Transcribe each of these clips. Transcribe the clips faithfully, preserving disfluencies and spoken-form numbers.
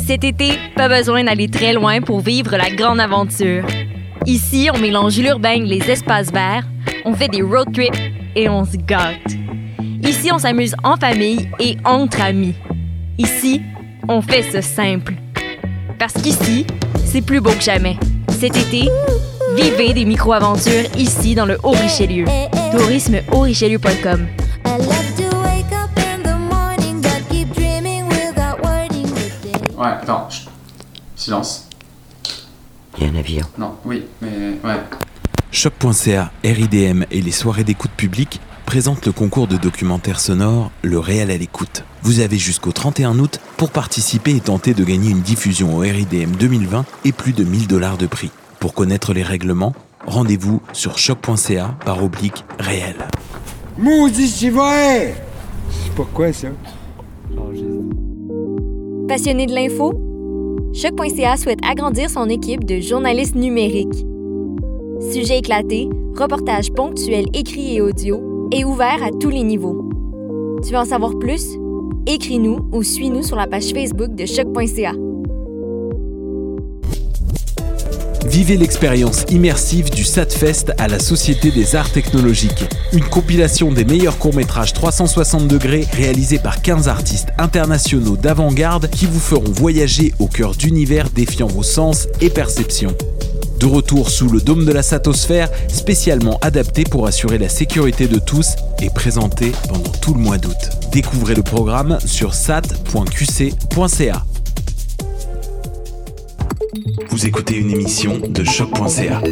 Cet été, pas besoin d'aller très loin pour vivre la grande aventure. Ici, on mélange l'urbain et les espaces verts, on fait des road trips et on se gâte. Ici, on s'amuse en famille et entre amis. Ici, on fait ce simple. Parce qu'ici, c'est plus beau que jamais. Cet été, vivez des micro-aventures ici dans le Haut-Richelieu. tourisme haut richelieu point com. Ouais, attends. Chut. Silence. Il y a un avion. Non, oui, mais ouais. Choc point C A, R I D M et les soirées d'écoute publique présentent le concours de documentaire sonore Le Réel à l'écoute. Vous avez jusqu'au trente et un août pour participer et tenter de gagner une diffusion au R I D M deux mille vingt et plus de mille dollars de prix. Pour connaître les règlements, rendez-vous sur choc point C A par oblique réel. Maudit, c'est vrai! C'est pas quoi ça? Passionné de l'info? choc point C A souhaite agrandir son équipe de journalistes numériques. Sujets éclatés, reportages ponctuels écrits et audio et ouverts à tous les niveaux. Tu veux en savoir plus? Écris-nous ou suis-nous sur la page Facebook de choc point C A. Vivez l'expérience immersive du SatFest à la Société des Arts Technologiques. Une compilation des meilleurs courts-métrages trois cent soixante degrés réalisés par quinze artistes internationaux d'avant-garde qui vous feront voyager au cœur d'univers défiant vos sens et perceptions. De retour sous le dôme de la Satosphère, spécialement adapté pour assurer la sécurité de tous et présenté pendant tout le mois d'août. Découvrez le programme sur sat point q c point c a. Vous écoutez une émission de choc point C A.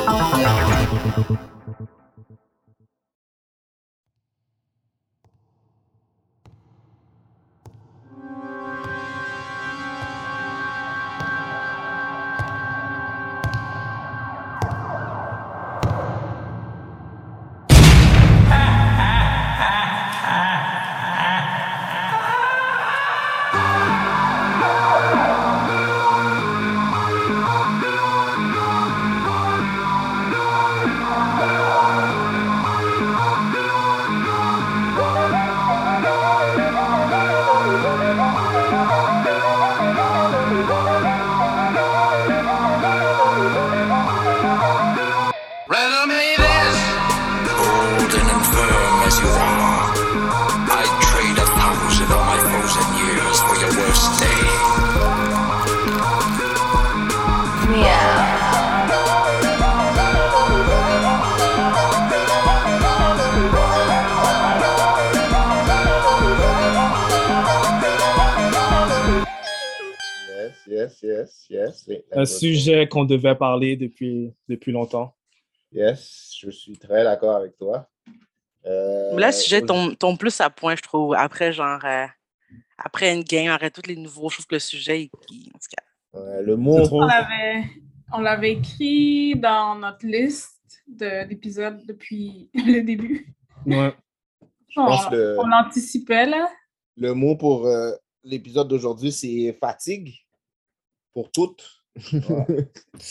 Yes, yes, yes. Un sujet qu'on devait parler depuis, depuis longtemps. Yes, je suis très d'accord avec toi. Euh, Là, le sujet tombe, tombe plus à point, je trouve. Après, genre, euh, après une game, après tous les nouveaux, je trouve que le sujet, il, il, en tout cas. Ouais, le mot... On l'avait, on l'avait écrit dans notre liste de, d'épisodes depuis le début. Ouais. Je pense on, le, on l'anticipait, là. Le mot pour euh, l'épisode d'aujourd'hui, c'est fatigue. Pour toutes. Ouais.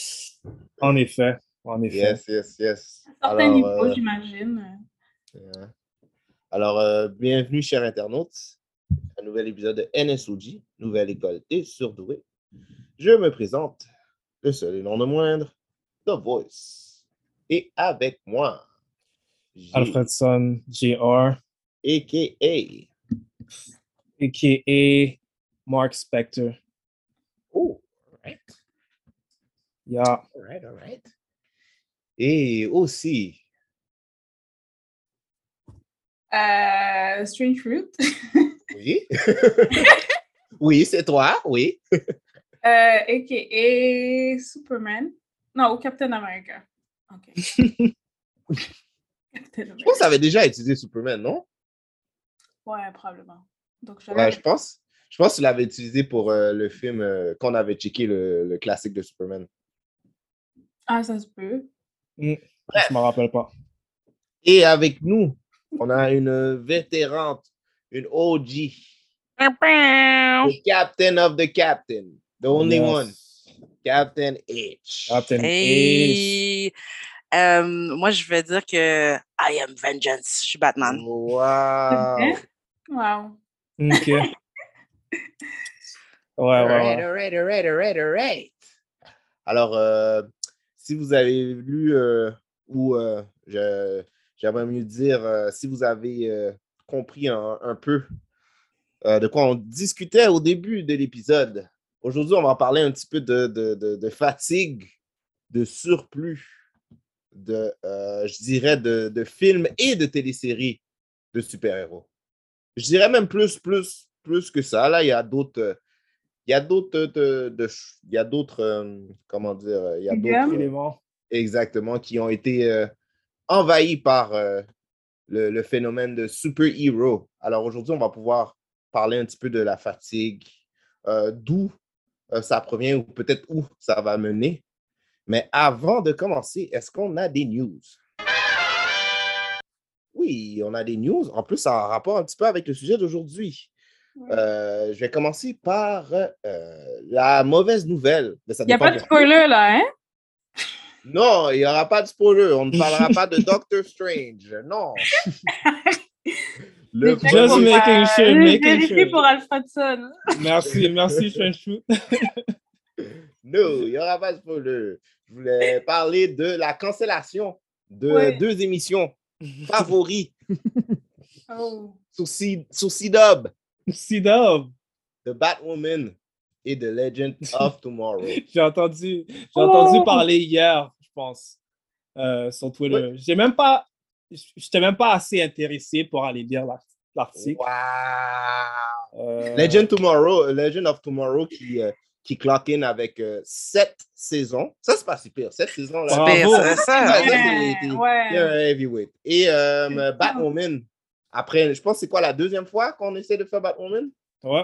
En effet. En effet. Yes, yes, yes. À certains Alors, niveaux, euh, j'imagine. Yeah. Alors, euh, bienvenue, chers internautes, à un nouvel épisode de N S O G, Nouvelle École des Surdoués. Je me présente, le seul et non le moindre, The Voice. Et avec moi, j'ai Alfredson J R. A K A. A K A Mark Spector. Oh, all right. Yeah. All right, all right. Et aussi... Euh, Strange Fruit. Oui. Oui, c'est toi, oui. euh, A K A Superman. Non, ou Captain America. OK. Captain America. Je pense que ça avait déjà utilisé Superman, non? Ouais, probablement. Donc, je, ouais, je pense. Je pense que tu l'avais utilisé pour euh, le film euh, qu'on avait checké, le, le classique de Superman. Ah, ça se peut. Mmh. Je ne m'en rappelle pas. Et avec nous, on a une vétérante, une O G. The captain of the captain. The only yes. one. Captain H. Captain hey. H. Euh, moi, je vais dire que I am vengeance. Je suis Batman. Wow. Wow. OK. Ouais, ouais, Alright, ouais. alright, alright, alright, alright. Alors, euh, si vous avez lu, euh, ou euh, je, j'aimerais mieux dire, euh, si vous avez euh, compris un, un peu euh, de quoi on discutait au début de l'épisode, aujourd'hui, on va parler un petit peu de, de, de, de fatigue, de surplus, de, euh, je dirais, de, de films et de téléséries de super-héros. Je dirais même plus, plus, plus que ça. Là, il y a d'autres... euh, Il y a d'autres, de, de, il y a d'autres, euh, comment dire, il y a d'autres, euh, Éléments. exactement, qui ont été euh, envahis par euh, le, le phénomène de super-héros. Alors aujourd'hui, on va pouvoir parler un petit peu de la fatigue, euh, d'où euh, ça provient ou peut-être où ça va mener. Mais avant de commencer, est-ce qu'on a des news? Oui, on a des news. En plus, ça a un rapport un petit peu avec le sujet d'aujourd'hui. Euh, je vais commencer par euh, la mauvaise nouvelle. Il n'y a pas de spoiler là, hein? Non, il n'y aura pas de spoiler. On ne parlera pas de Doctor Strange. Non. Le Just pour, making euh, sure, making sure. pour Alfredson. Merci, merci, Chouchou. Non, il n'y aura pas de spoiler. Je voulais parler de la cancellation de Ouais. deux émissions favoris Oh. sur, C- sur C-Dub. C-Dub. The Batwoman et The Legend of Tomorrow. J'ai entendu, j'ai Oh. entendu parler hier, je pense, euh, sur Twitter. Ouais. J'ai même pas, je n'étais même pas assez intéressé pour aller lire l'art- l'article. Wow! Euh, Legend Tomorrow, Legend of Tomorrow qui, euh, qui clock in avec euh, sept saisons. Ça, c'est pas si pire. Sept saisons. Là. Bravo. Pire, c'est ça. Ouais, ça, c'est- Ouais, c'est- ouais. c'est un heavyweight. Et euh, Batwoman, après, je pense que c'est quoi la deuxième fois qu'on essaie de faire Batwoman? Ouais.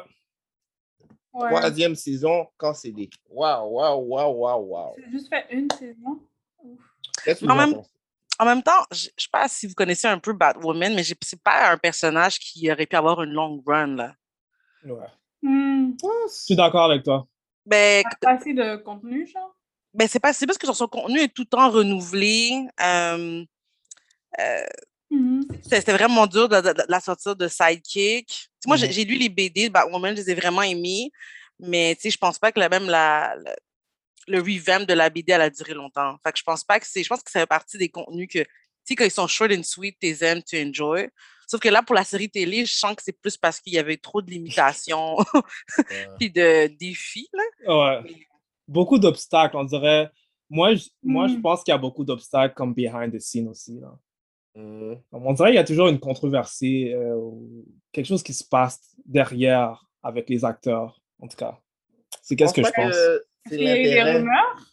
Ouais. Troisième saison cancellée. Waouh, waouh, waouh, waouh, waouh. C'est juste fait une saison. Ouf. Qu'est-ce que En vous en même- pensez? En même temps, je ne sais pas si vous connaissez un peu Batwoman, mais j'ai- c'est pas un personnage qui aurait pu avoir une long run, là. Ouais. Hmm. Je suis d'accord avec toi. Ben, Pas assez de contenu, genre? ben c'est pas, c'est parce que son contenu est tout le temps renouvelé. Euh, euh, Mhm. c'était c'était vraiment dur de, de- de la sortir de Sidekick. Tu sais, moi, j'ai Mhm. j'ai lu les B D de Batwoman, je les ai vraiment aimés, mais tu sais, je pense pas que la même la, la- le revamp de la B D, elle a duré longtemps. Fait que je pense pas que c'est, je pense que ça fait partie des contenus que, tu sais, quand ils sont short and sweet, tu les aimes, tu enjoy. Sauf que là, pour la série télé, je sens que c'est plus parce qu'il y avait trop de limitations Ouais. puis de défis, là. Ouais. Beaucoup d'obstacles, on dirait. Moi, je, moi, je Mm. pense qu'il y a beaucoup d'obstacles comme behind the scenes aussi. Là. Mhm. Comme on dirait qu'il y a toujours une controversée, euh, ou quelque chose qui se passe derrière avec les acteurs, en tout cas. C'est qu'est-ce que je pas pense. que Est-ce c'est qu'il y a eu des l'intérêt. rumeurs?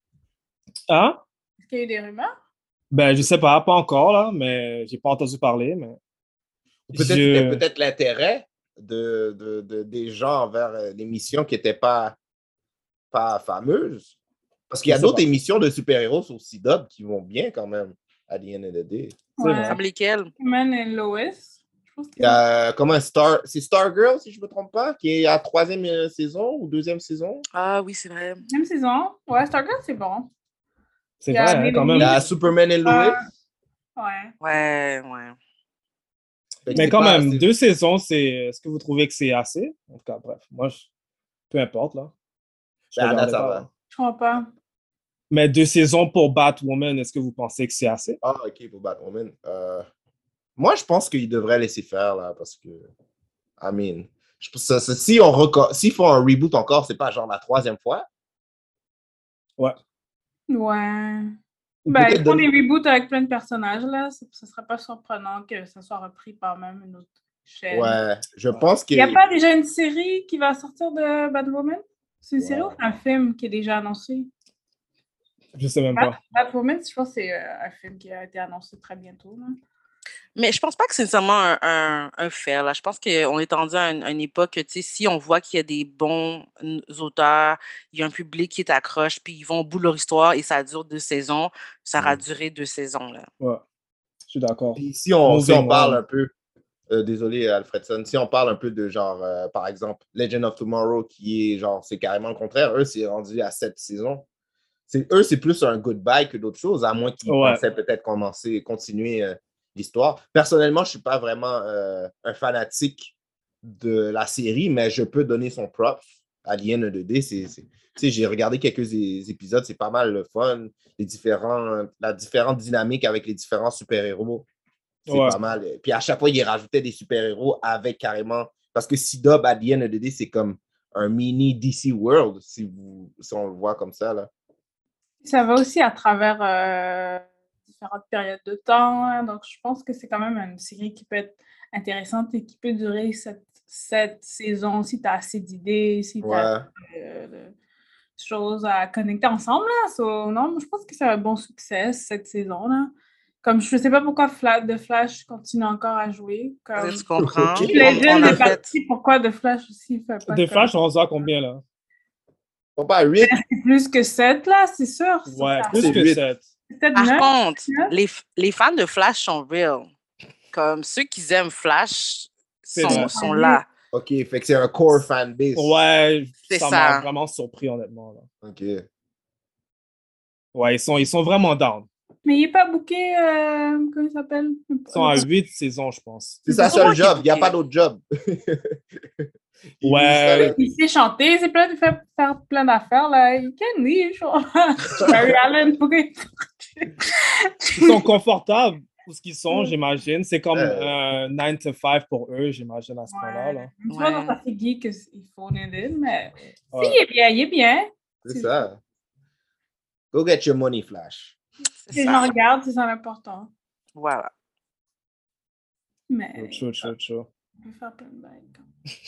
Hein? Est-ce qu'il y a eu des rumeurs? Ben, je sais pas, pas encore, là, mais j'ai pas entendu parler, mais... Ou peut-être Je- c'était peut-être l'intérêt de, de, de- des gens envers euh, l'émission qui n'était pas, pas fameuse. Parce qu'il y a Je sais d'autres pas. émissions de super-héros sur C-Dub qui vont bien quand même, à the end of the day. C'est Ouais. vrai. Comme lesquels? Man et Lois. Je pense que Il y a comment Star, c'est Stargirl, si je ne me trompe pas, qui est à troisième euh, saison ou deuxième saison. Ah oui, c'est vrai. Même saison. Ouais, Stargirl, c'est bon. C'est Il y a vrai, hein, des quand Il même. y a Superman et Lois. Ouais. Ouais, ouais. Fait que Mais c'est quand pas- même, c'est- deux saisons, c'est... Est-ce que vous trouvez que c'est assez? En tout cas, bref, moi, je... peu importe, là. Je Ben, à date, regardais ça pas, va. là. Je crois pas. Mais deux saisons pour Batwoman, est-ce que vous pensez que c'est assez? Ah, ok, pour Batwoman. Euh, moi, je pense qu'il devrait laisser faire, là, parce que, I mean, je pense que ça- si on reco- s'ils font un reboot encore, c'est pas genre la troisième fois. Ouais. Ouais. Ou Ben, peut-être ils font de- des reboots avec plein de personnages, là. Ce ne serait pas surprenant que ça soit repris par même une autre chaîne. Ouais, je pense Il n'y a que. pas déjà une série qui va sortir de Batwoman? C'est une série Ouais. ou c'est un film qui est déjà annoncé? Je sais même pas. Batwoman, je pense que c'est euh, un film qui a été annoncé très bientôt. Là. Mais je pense pas que c'est nécessairement un, un, un fait, là. Je pense qu'on est rendu à une, à une époque, tu sais, si on voit qu'il y a des bons n- auteurs, il y a un public qui est accroche, puis ils vont au bout de leur histoire et ça dure deux saisons, ça aura Mm. duré deux saisons, là. Ouais. Je suis d'accord. Puis si on, si Moving on parle on. un peu, euh, désolé Alfredson, si on parle un peu de genre, euh, par exemple, Legend of Tomorrow, qui est genre, c'est carrément le contraire, eux, c'est rendu à sept saisons. C'est, eux, c'est plus un goodbye que d'autres choses, à moins qu'ils Ouais. pensaient peut-être commencer, continuer euh, l'histoire. Personnellement, je ne suis pas vraiment euh, un fanatique de la série, mais je peux donner son props Alien deux D, c'est... c'est... Tu sais, j'ai regardé quelques é- épisodes, c'est pas mal le fun. Les différents, la différente dynamique avec les différents super-héros, c'est Ouais. pas mal. Puis à chaque fois, ils rajoutaient des super-héros avec carrément... Parce que C-Dub, Alien deux D, c'est comme un mini D C World, si, vous, si on le voit comme ça, là. Ça va aussi à travers euh, différentes périodes de temps. Hein, donc, je pense que c'est quand même une série qui peut être intéressante et qui peut durer cette, cette saison si tu as assez d'idées, si tu as Ouais. euh, de choses à connecter ensemble. Là. So, non, je pense que c'est un bon succès cette saison-là. Comme je ne sais pas pourquoi Fla- The Flash continue encore à jouer. Comme... Tu comprends? Ok. Legend On a est fait. parti, pourquoi The Flash aussi fait pas Des comme- flashs, on se à combien, là? Faut pas huit. C'est plus que sept, là, c'est sûr. Ça, Ouais, ça- plus c'est que huit. sept. c'est peut-être Par neuf, contre, neuf. les, f- les fans de Flash sont real. Comme ceux qui aiment Flash C'est sont, vrai. sont là. OK, fait que c'est un core fanbase. Ouais, C'est ça ça. m'a vraiment surpris, honnêtement. Là. OK. Ouais, ils sont, ils sont vraiment down. Mais il n'est pas booké, euh, comment il s'appelle? Ils sont à huit saisons, je pense. C'est sa Comment seule qu'il est job. Il n'y a booké? pas d'autre job. Il Ouais. est seul. Il sait chanter, c'est plein de faire, faire plein d'affaires, là. Il can leave, je crois. Barry Allen, ok. Ils sont confortables pour ce qu'ils sont, Ouais. j'imagine. C'est comme Ouais. un nine to five pour eux, j'imagine, à ce point-là. Là. Tu vois, dans Ouais. sa figure qu'il faut aider, mais Ouais. si, il est bien, il est bien. C'est ça. Go get your money, Flash. C'est Les ça. gens regardent, c'est ça l'important. Voilà. Mais Chaud, chaud, chaud. on peut faire plein de bagues.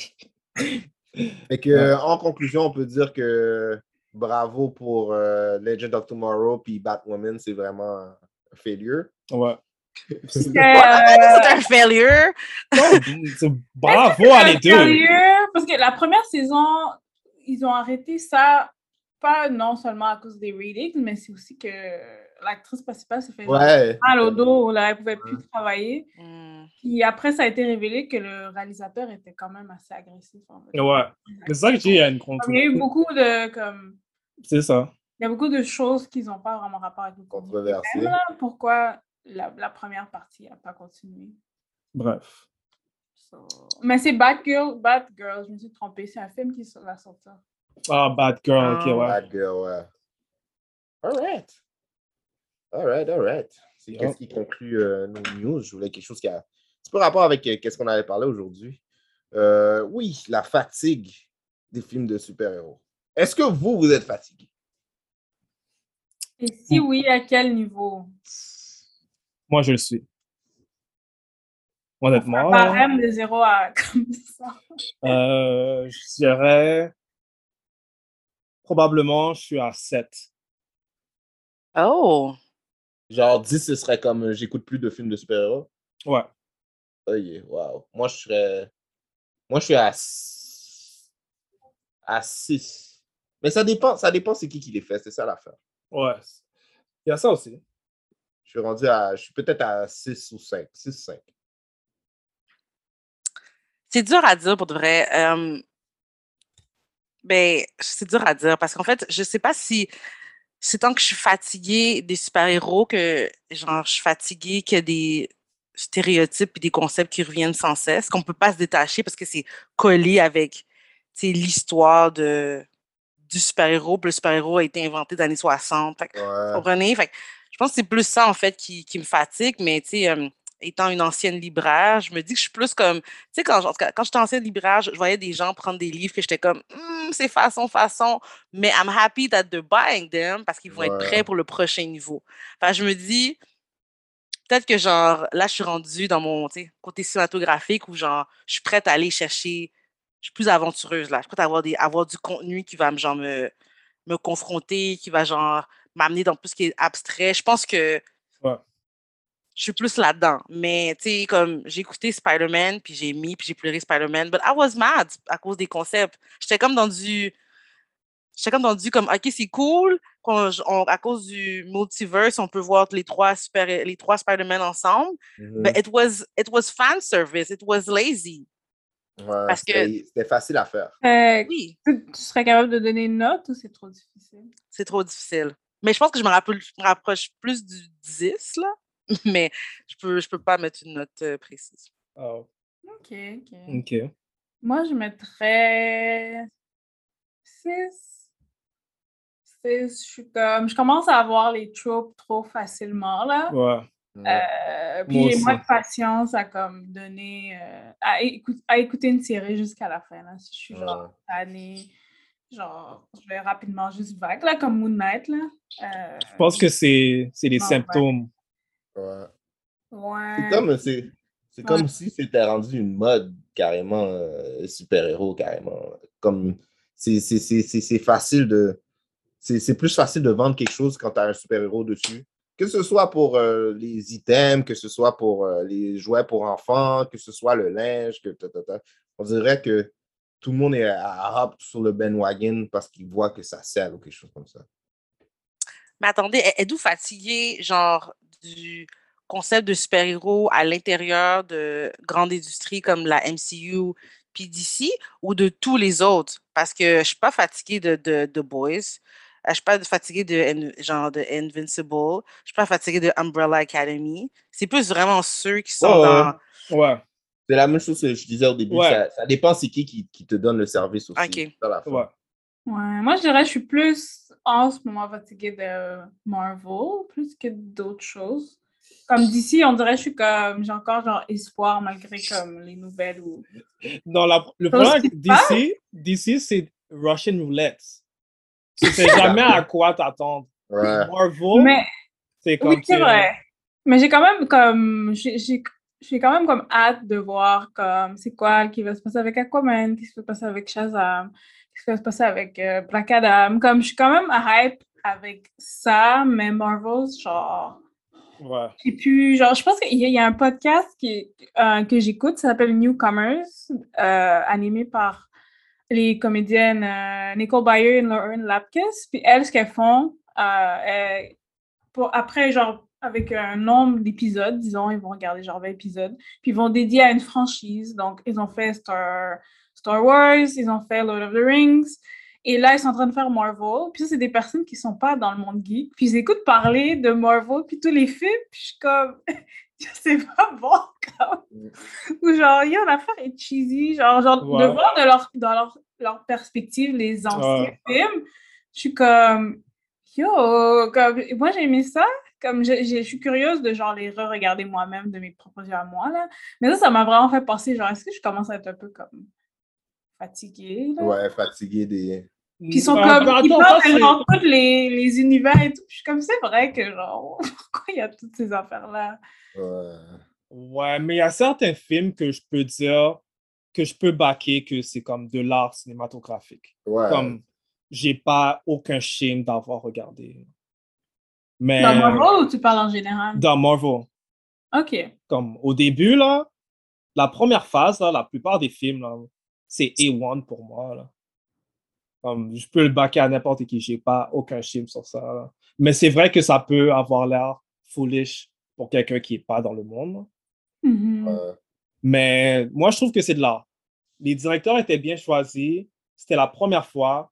Fait que, en conclusion, on peut dire que bravo pour euh, Legend of Tomorrow puis Batwoman, c'est vraiment un failure. Ouais. C'est un failure. Non, c'est bravo à les deux. Sérieux? Parce que la première saison, ils ont arrêté ça, pas non seulement à cause des ratings, mais c'est aussi que l'actrice principale s'est fait genre Ouais. mal au dos, là, elle pouvait plus Ouais. travailler. Mm. Puis après, ça a été révélé que le réalisateur était quand même assez agressif. En fait. Ouais. C'est ça que j'ai, il y a une Il y a eu beaucoup de, comme, C'est ça. il y a beaucoup de choses qui n'ont pas vraiment rapport avec le contenu. Controversé. Même là, pourquoi la, la première partie n'a pas continué. Bref. So... Mais c'est Batgirl, Batgirl, je me suis trompée, c'est un film qui va sortir. Ah, Bad Girl, ok, Ah. ouais. Bad girl, ouais. All right. All right, all right. C'est Yeah. qu'est-ce qui conclut euh, nos news. Je voulais quelque chose qui a un petit peu rapport avec euh, qu'est-ce qu'on allait parler aujourd'hui. Euh, oui, la fatigue des films de super-héros. Est-ce que vous, vous êtes fatigué? Et si oui, à quel niveau? Moi, je le suis. Honnêtement. Un barème de zéro à comme ça. Euh, je dirais. Probablement, je suis à sept. Oh. Genre dix, ce serait comme euh, j'écoute plus de films de super-héros. Ouais. Oh yeah, wow. Moi, je serais. Moi, je suis à six. À six. Mais ça dépend, ça dépend c'est qui qui les fait, c'est ça l'affaire. Ouais. Il y a ça aussi. Je suis rendu à. Je suis peut-être à six ou cinq. six, cinq. C'est dur à dire pour de vrai. Euh, ben, c'est dur à dire parce qu'en fait, je sais pas si c'est tant que je suis fatiguée des super-héros que, genre, je suis fatiguée qu'il y a des stéréotypes et des concepts qui reviennent sans cesse, qu'on peut pas se détacher parce que c'est collé avec, tu sais, l'histoire de, du super-héros. Puis le super-héros a été inventé dans les années soixante. Fait que, Ouais. vous comprenez? Fait que je pense que c'est plus ça, en fait, qui, qui me fatigue. Mais, tu sais, euh, étant une ancienne libraire, je me dis que je suis plus comme... Tu sais, quand, en tout cas, quand j'étais ancienne libraire, je, je voyais des gens prendre des livres que j'étais comme Hum, c'est façon, façon. Mais I'm happy that they're buying them parce qu'ils vont être Ouais. prêts pour le prochain niveau. Fait que je me dis, peut-être que, genre, là, je suis rendue dans mon, tu sais, côté cinématographique où, genre, je suis prête à aller chercher... Je suis plus aventureuse, là. Je suis prête à avoir, des, avoir du contenu qui va me, genre, me, me confronter, qui va, genre, m'amener dans tout ce qui est abstrait. Je pense que Ouais. je suis plus là-dedans. Mais, tu sais, comme, j'ai écouté Spider-Man, puis j'ai mis, puis j'ai pleuré Spider-Man, but I was mad à cause des concepts. J'étais comme dans du... J'étais comme dans du, comme, OK, c'est cool, qu'on, on- à cause du multiverse, on peut voir les trois, super, les trois Spider-Man ensemble, Mhm. but it was, it was fan service, it was lazy. Ouais, parce que- c'était c'était facile à faire. Euh, Oui, tu, tu serais capable de donner une note ou c'est trop difficile? c'est trop difficile. Mais je pense que je me, rappelle, je me rapproche plus du dix, là, mais je peux, je peux pas mettre une note euh, précise. Ah, OK, OK. ok. Moi, je mettrais six. six, je suis comme... Je commence à avoir les tropes trop facilement, là. Ouais. Euh, puis Moi j'ai moins aussi. de patience à comme donner... euh, à, écou- à écouter une série jusqu'à la fin, là. Si je suis genre tannée, genre, je vais rapidement juste vague, là, comme Moon Knight, là. Euh, Je pense que c'est c'est les non, symptômes. Ouais. Ouais. C'est comme, c'est, c'est Ouais. comme si c'était rendu une mode, carrément, euh, super-héros, carrément. Comme, c'est, c'est, c'est, c'est, c'est facile de... C'est, c'est plus facile de vendre quelque chose quand tu as un super-héros dessus. Que ce soit pour euh, les items, que ce soit pour euh, les jouets pour enfants, que ce soit le linge, que ta, ta, ta. On dirait que tout le monde est à, à hop sur le bandwagon parce qu'il voit que ça sert ou quelque chose comme ça. Mais attendez, êtes- êtes-vous fatigué, genre, du concept de super-héros à l'intérieur de grandes industries comme la M C U puis D C ou de tous les autres? Parce que je suis pas fatiguée de, de, de Boys. Euh, Je suis pas fatiguée de, In- genre, de Invincible. Je suis pas fatiguée de Umbrella Academy. C'est plus vraiment ceux qui sont Ouais, ouais. dans... Ouais. C'est la même chose que je disais au début. Ouais. Ça, ça dépend c'est qui, qui qui te donne le service aussi. OK. C'est ça la fin. Ouais. Ouais, moi, je dirais que je suis plus en ce moment fatiguée de Marvel, plus que d'autres choses. Comme d'ici, on dirait que je suis comme, j'ai encore genre espoir malgré comme les nouvelles ou... Non, la- le Chose problème qui avec se passe. D C, D C, c'est Russian roulette. Tu sais jamais à quoi t'attendre. Ouais. Marvel, Mais c'est oui, comme c'est tu- vrai. Mais j'ai quand même comme, j'ai j'ai- j'ai quand même comme hâte de voir comme c'est quoi qui va se passer avec Aquaman, qu'est-ce qui va se passer avec Shazam, qu'est-ce qui va se passer avec euh, Black Adam. Comme je suis quand même hype avec ça, mais Marvel, genre, Ouais. j'ai pu, genre, je pense qu'il y, a- il y a un podcast qui, euh, que j'écoute, ça s'appelle Newcomers, euh, animé par les comédiennes euh, Nicole Byer et Lauren Lapkus. Puis elles, ce qu'elles font, euh, elles- pour, après, genre, avec un nombre d'épisodes, disons, ils vont regarder genre vingt épisodes, puis ils vont dédier à une franchise. Donc, ils ont fait Star, Star Wars, ils ont fait Lord of the Rings, et là, ils sont en train de faire Marvel. Puis ça, c'est des personnes qui sont pas dans le monde geek. Puis ils écoutent parler de Marvel, puis tous les films, puis je suis comme... c'est pas bon, comme... Ou genre, yo, l'affaire est cheesy. Genre, genre de Ouais. voir de leur, dans leur, leur perspective les anciens Ouais. films, je suis comme... Yo, comme, moi j'ai aimé ça, comme je, je, je suis curieuse de genre les re-regarder moi-même de mes propres yeux à moi, là. Mais ça, ça m'a vraiment fait penser, genre, est-ce que je commence à être un peu comme fatiguée, là? Ouais, fatigué des. Puis ils sont Euh, comme, mais ils attends, parlent ça, de c'est- genre tous les, les univers et tout. Puis je suis comme, c'est vrai que genre, pourquoi il y a toutes ces affaires-là? Ouais. Ouais, mais il y a certains films que je peux dire que je peux backer que c'est comme de l'art cinématographique. Ouais. Comme j'ai pas aucun shame d'avoir regardé. Mais Dans Marvel ou tu parles en général? dans Marvel, OK. comme au début, là, la première phase, là, la plupart des films, là, c'est A un pour moi. Là. Comme, je peux le backer à n'importe qui, j'ai pas aucun shame sur ça. Là. Mais c'est vrai que ça peut avoir l'air foolish pour quelqu'un qui est pas dans le monde. Là. Mhm. Ouais. Mais moi, je trouve que c'est de l'art. Les directeurs étaient bien choisis. C'était la première fois.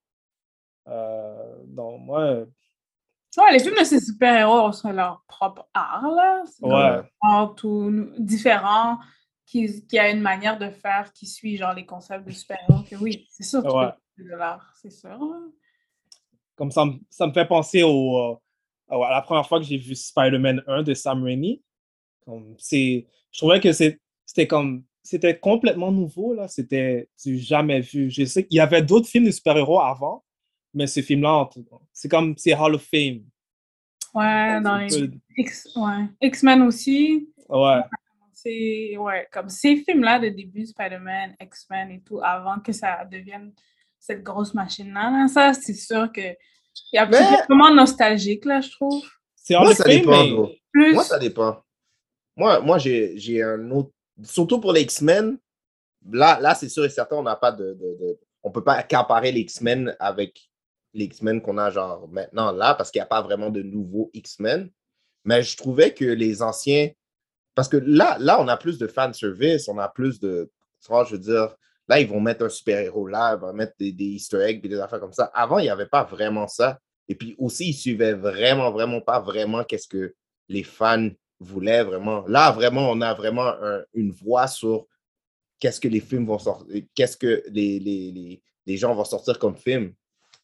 Euh, donc, moi, Ouais, les films de ces super-héros ont leur propre art, là. C'est comme ouais. un art tout différent, qui, qui a une manière de faire qui suit, genre, les concepts de super-héros. Que oui, c'est sûr, tu Ouais. peux faire de l'art, c'est sûr. là. Comme ça, me- ça me fait penser au, euh, à la première fois que j'ai vu Spider-Man un de Sam Raimi. Comme, c'est, je trouvais que c'est, c'était comme, c'était complètement nouveau, là. C'était du jamais vu. Je sais qu'il y avait d'autres films de super-héros avant, mais ce film-là, en tout cas, c'est comme, c'est Hall of Fame. Ouais, dans Un les peu- X, ouais. X-Men aussi. Ouais, C'est, ouais, comme ces films-là de début, Spider-Man, X-Men et tout, avant que ça devienne cette grosse machine-là, là, ça, c'est sûr que il y a- Mais- c'est vraiment nostalgique, là, je trouve. c'est Hall Moi, of ça Fame, dépend, mais bro. Plus, Moi, ça dépend. Moi, moi j'ai, j'ai un autre. Surtout pour les X-Men, là, là c'est sûr et certain, on n'a pas de, de, de- on peut pas comparer les X-Men avec les X-Men qu'on a genre maintenant là, parce qu'il n'y a pas vraiment de nouveaux X-Men. Mais je trouvais que les anciens. Parce que là, là, on a plus de fan service, on a plus de. Tu vois, je veux dire, là, ils vont mettre un super-héros là, ils vont mettre des, des Easter eggs et des affaires comme ça. Avant, il n'y avait pas vraiment ça. Et puis aussi, ils suivaient vraiment, vraiment pas vraiment qu'est-ce que les fans voulaient vraiment. Là, vraiment, on a vraiment un- une voix sur qu'est-ce que les films vont sortir, qu'est-ce que les, les, les, les gens vont sortir comme film.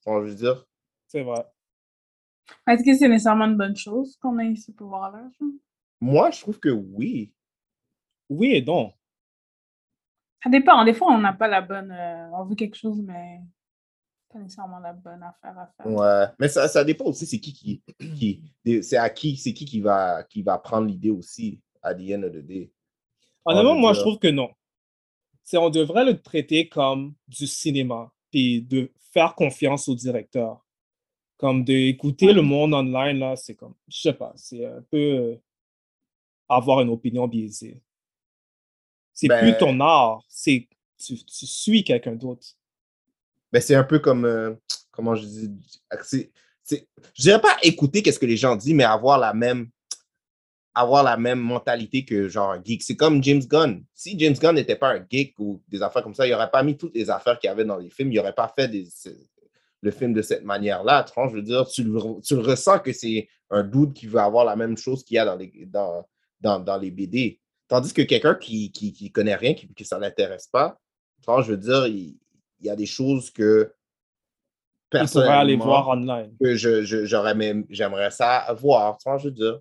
Enfin, je veux dire. C'est vrai. Est-ce que c'est nécessairement une bonne chose qu'on ait ce pouvoir-là? Moi, je trouve que oui. Oui et non. Ça dépend. Des fois, on n'a pas la bonne... Euh, on veut quelque chose, mais pas nécessairement la bonne affaire à faire. Ouais, mais ça, ça dépend aussi, c'est qui qui... qui c'est à qui, c'est qui qui va, qui va prendre l'idée aussi, à the end of the day. Honnêtement, moi, je trouve que non. C'est, on devrait le traiter comme du cinéma, puis de faire confiance au directeur. Comme d'écouter Ouais. le monde online, là, c'est comme, je sais pas, c'est un peu euh, avoir une opinion biaisée. C'est Ben, plus ton art, c'est tu, tu suis quelqu'un d'autre. Ben, c'est un peu comme, euh, comment je dis, c'est, c'est, je dirais pas écouter qu'est-ce que les gens disent, mais avoir la même, avoir la même mentalité que genre un geek. C'est comme James Gunn. Si James Gunn n'était pas un geek ou des affaires comme ça, il n'aurait pas mis toutes les affaires qu'il y avait dans les films, il n'aurait pas fait des, le film de cette manière-là. Je veux dire, tu le, tu le ressens que c'est un dude qui veut avoir la même chose qu'il y a dans les, dans, dans, dans les B D. Tandis que quelqu'un qui, qui, qui connaît rien, qui, qui ça l'intéresse pas, je veux dire, il, il y a des choses que Il pourrait aller voir online. Que je, je, j'aurais même, j'aimerais ça voir, tu vois, je veux dire.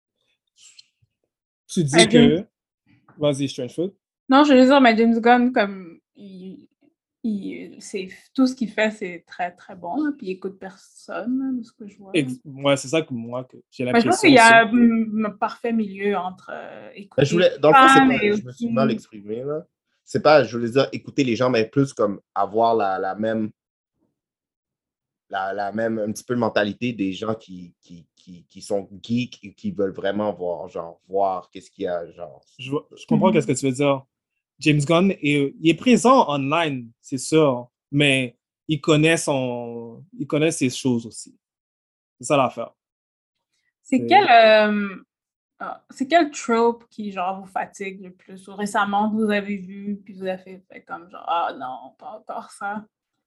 Tu dis que... Vas-y, Strangefoot. Non, je veux dire, mais James Gunn, comme, il, il, c'est, tout ce qu'il fait, c'est très, très bon, hein, puis il écoute personne, hein, de ce que je vois. Ex- ouais, c'est ça que moi, que j'ai Mais je l'impression. pense qu'il y a un parfait milieu entre euh, écouter Mais je voulais, dans le fond, c'est pas, et je me suis mal exprimé, là. C'est pas, je voulais dire, écouter les gens, mais plus comme avoir la, la même... La, la même, un petit peu de mentalité des gens qui, qui, qui, qui sont geeks et qui veulent vraiment voir, genre, voir qu'est-ce qu'il y a, genre. Je, vois- je comprends Mhm. qu'est-ce que tu veux dire. James Gunn, est, il est présent online, c'est sûr, mais il connaît son, il connaît ses choses aussi. C'est ça l'affaire. C'est C'est- quel, euh, ah, c'est quel trope qui, genre, vous fatigue le plus? Ou récemment, vous avez vu, puis vous avez fait, fait comme, genre, ah non, pas encore ça.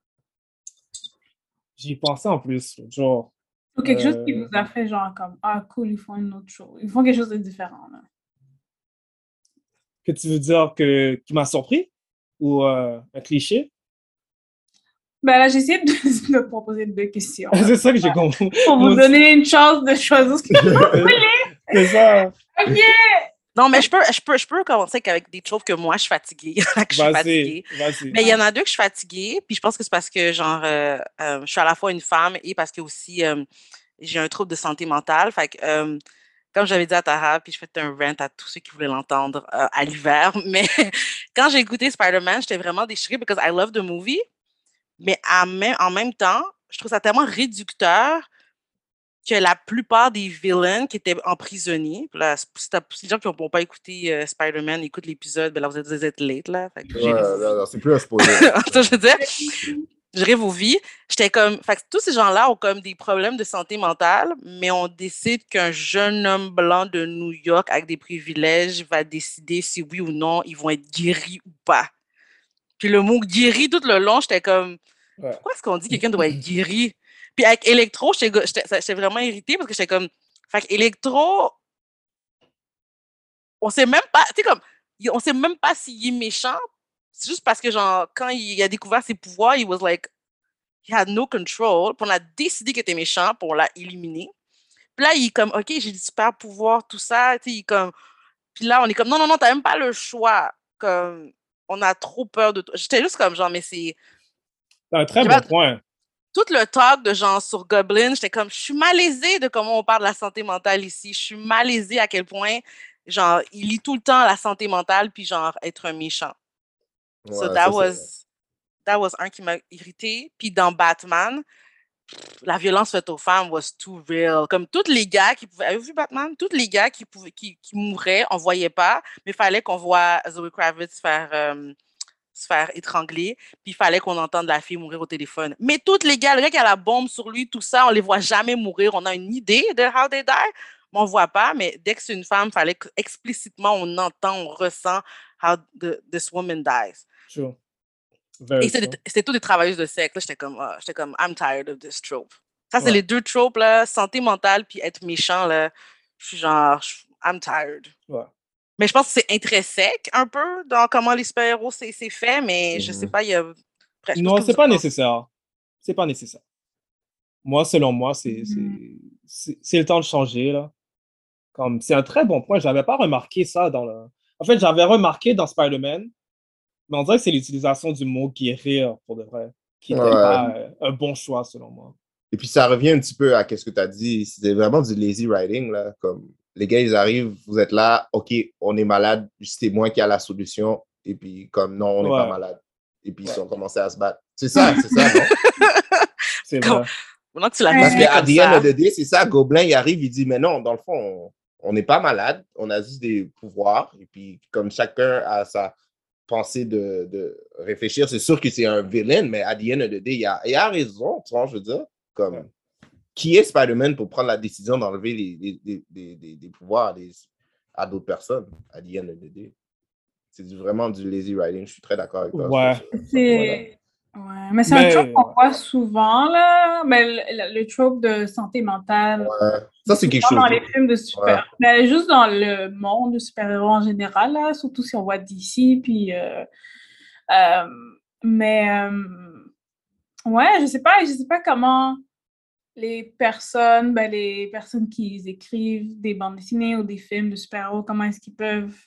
J'y pensais en plus, genre. Ou quelque chose qui euh, vous a fait, genre, comme, ah cool, ils font une autre chose. Ils font quelque chose de différent, là. que tu veux dire que, qui m'a surpris? Ou euh, un cliché? Ben là, j'ai essayé de, de proposer deux questions. là, C'est ça que j'ai compris. pour Moi vous aussi. donner une chance de choisir ce que vous voulez. C'est ça. OK! Non, mais je peux, je peux, je peux commencer avec des choses que moi, je suis fatiguée. que je suis Vas-y, fatiguée. vas-y. Mais il y en a deux que je suis fatiguée, puis je pense que c'est parce que, genre, euh, euh, je suis à la fois une femme et parce que aussi, euh, j'ai un trouble de santé mentale. Fait que, euh, comme j'avais dit à Tara, puis je fais un rant à tous ceux qui voulaient l'entendre euh, à l'hiver, mais quand j'ai écouté Spider-Man, j'étais vraiment déchirée because I love the movie, mais en même, en même temps, je trouve ça tellement réducteur que la plupart des villains qui étaient emprisonnés, puis là, si, t'as- si les gens qui n'ont pas écouté euh, Spider-Man écoutent l'épisode, ben là, vous êtes, vous êtes late, là. Fait que Ouais, gérez vos non, non, c'est plus un spoiler. Ça, je veux dire, gérez vos vies. J'étais comme, fait que tous ces gens-là ont comme des problèmes de santé mentale, mais on décide qu'un jeune homme blanc de New York avec des privilèges va décider si oui ou non ils vont être guéris ou pas. Puis le mot guéri tout le long, j'étais comme, Ouais. pourquoi est-ce qu'on dit que quelqu'un doit être guéri? Puis avec Electro, j'étais j'étais- j'étais vraiment irritée parce que j'étais comme, fait que Electro, on sait même pas, tu sais, comme, il- on sait même pas s'il est méchant. C'est juste parce que, genre, quand il a découvert ses pouvoirs, il was like, he had no control. Puis on a décidé qu'il était méchant, puis on l'a éliminé. Puis là, il est comme, OK, j'ai des super pouvoirs, tout ça. Tu sais, il est comme, puis là, on est comme, non, non, non, t'as même pas le choix. Comme, on a trop peur de toi. J'étais juste comme, genre, mais c'est. C'est un très J'ai bon pas- point. Tout le talk de genre sur Goblin, j'étais comme, je suis malaisée de comment on parle de la santé mentale ici. Je suis malaisée à quel point, genre, il lit tout le temps la santé mentale, puis genre, être un méchant. So Ouais, that ça, c'est was, vrai. that was un qui m'a irrité. Puis dans Batman, la violence faite aux femmes was too real. Comme tous les gars qui pouvaient... Avez-vous vu Batman? Tous les gars qui, pouvaient, qui, qui mouraient, on voyait pas, mais il fallait qu'on voit Zoe Kravitz faire, euh, se faire étrangler, puis il fallait qu'on entende la fille mourir au téléphone. Mais tous les gars, le gars qui a la bombe sur lui, tout ça, on les voit jamais mourir. On a une idée de how they die, mais on voit pas. Mais dès que c'est une femme, il fallait qu'explicitement on entend, on ressent how the, this woman dies. True. Very Et c'était true. c'était tous des travailleuses de sexe. Là, j'étais comme, ah, j'étais comme, I'm tired of this trope. Ça, c'est Ouais. les deux tropes, là, santé mentale puis être méchant, là. Je suis genre, je- I'm tired. Ouais. Mais je pense que c'est intrinsèque un peu dans comment les super-héros c'est c'est fait, mais je sais Mhm. pas, il y a... Bref, je sais Non, ce que c'est vous pas en pensez. nécessaire. C'est pas nécessaire. Moi, selon moi, c'est, Mhm. c'est, c'est, c'est le temps de changer, là. Comme, c'est un très bon point. J'avais pas remarqué ça dans le... En fait, j'avais remarqué dans Spider-Man, mais on dirait que c'est l'utilisation du mot guérir, pour de vrai, qui était Ouais. pas euh, un bon choix, selon moi. Et puis ça revient un petit peu à ce que tu as dit. C'était vraiment du lazy writing, là. Comme les gars, ils arrivent, vous êtes là, OK, on est malade, c'est moi qui a la solution. Et puis, comme non, on n'est pas Ouais, malade. Et puis, ils ouais, ont commencé à se battre. C'est ça, c'est ça, non? c'est Comme- vrai. Maintenant que tu l'as Parce résumé qu'à comme the end ça. of the day, c'est ça, Gobelin, il arrive, il dit, mais non, dans le fond, on- on n'est pas malade, on a juste des pouvoirs. Et puis, comme chacun a sa pensée de, de réfléchir, c'est sûr que c'est un villain, mais à the end of the day, il a, il a raison, tu vois, je veux dire. Comme, Ouais. qui est Spider-Man pour prendre la décision d'enlever les, les, les, les, les- les pouvoirs des- à d'autres personnes, à the end of the day? C'est du- vraiment du lazy writing, je suis très d'accord avec toi. Ouais. sur ce- sur ce point-là. C'est ouais, mais c'est un trope Mais, qu'on ouais. voit souvent, là. Mais le, le- le trope de santé mentale, Ouais. Ça, c'est quelque souvent chose dans les d'autre. films de Ouais. super... Mais juste dans le monde de super-héros en général, là, surtout si on voit D C, puis... euh, euh, mais... euh, ouais, je sais pas, je sais pas comment les personnes, ben, les personnes qui écrivent des bandes dessinées ou des films de super-héros, comment est-ce qu'ils peuvent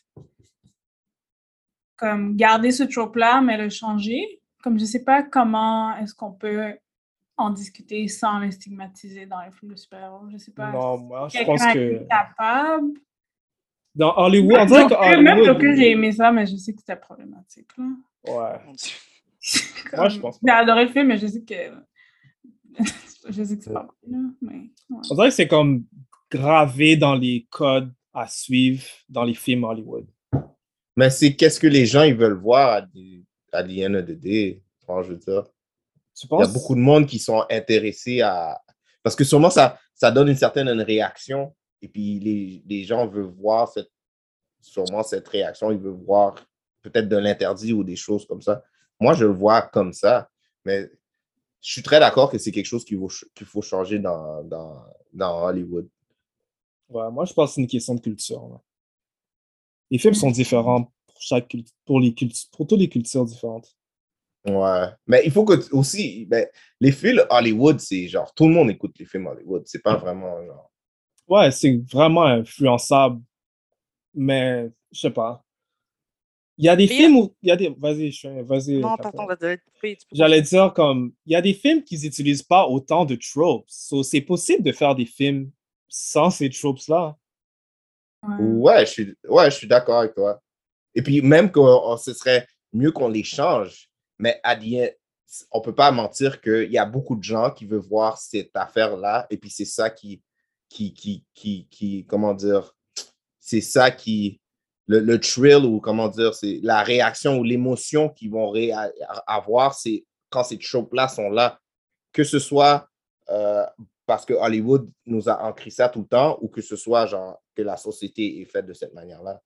comme garder ce trope-là, mais le changer? Comme je sais pas comment est-ce qu'on peut en discuter sans le stigmatiser dans les films de super-héros. Je sais pas Non, si moi, je pense quelqu'un que est capable. dans Hollywood, on Même dirait que Joker, même Hollywood, Joker, j'ai aimé ça, mais je sais que c'était problématique, là. ouais. Mon Dieu. Moi, je Comme, pense j'ai pas. adoré le film, mais je sais que je sais que c'est pas bon, là, mais ouais. On dirait que c'est comme gravé dans les codes à suivre dans les films Hollywood. Mais c'est qu'est-ce que les gens ils veulent voir à, the- à the end of the day, franchement, je veux dire. Tu Il y a penses? beaucoup de monde qui sont intéressés à... Parce que sûrement, ça, ça donne une certaine une réaction. Et puis, les, les gens veulent voir cette, sûrement cette réaction. Ils veulent voir peut-être de l'interdit ou des choses comme ça. Moi, je le vois comme ça. Mais je suis très d'accord que c'est quelque chose qu'il faut, qu'il faut changer dans, dans, dans Hollywood. Ouais, moi, je pense que c'est une question de culture. Ouais. Les films sont différents pour chaque culture, pour les cultures, pour toutes les cultures différentes. Ouais. Mais il faut que t- aussi, ben, les films Hollywood, c'est genre, tout le monde écoute les films Hollywood. C'est pas vraiment genre. Ouais, c'est vraiment influençable, mais je sais pas. Il y a des Mais- films où, il y a des, vas-y, je- vas-y. Non, Catherine. pardon, va te couper. Tu peux J'allais dire comme, il y a des films qui n'utilisent pas autant de tropes. So, c'est possible de faire des films sans ces tropes-là. Ouais. Ouais, je suis, ouais, je suis d'accord avec toi. Et puis, même que ce serait mieux qu'on les change, mais à the end, on peut pas mentir qu'il y a beaucoup de gens qui veulent voir cette affaire-là, et puis c'est ça qui, qui, qui, qui, qui, comment dire, c'est ça qui, le, le thrill, ou comment dire, c'est la réaction ou l'émotion qu'ils vont ré- avoir, c'est quand ces tropes-là sont là, que ce soit euh, parce que Hollywood nous a ancré ça tout le temps, ou que ce soit genre que la société est faite de cette manière-là.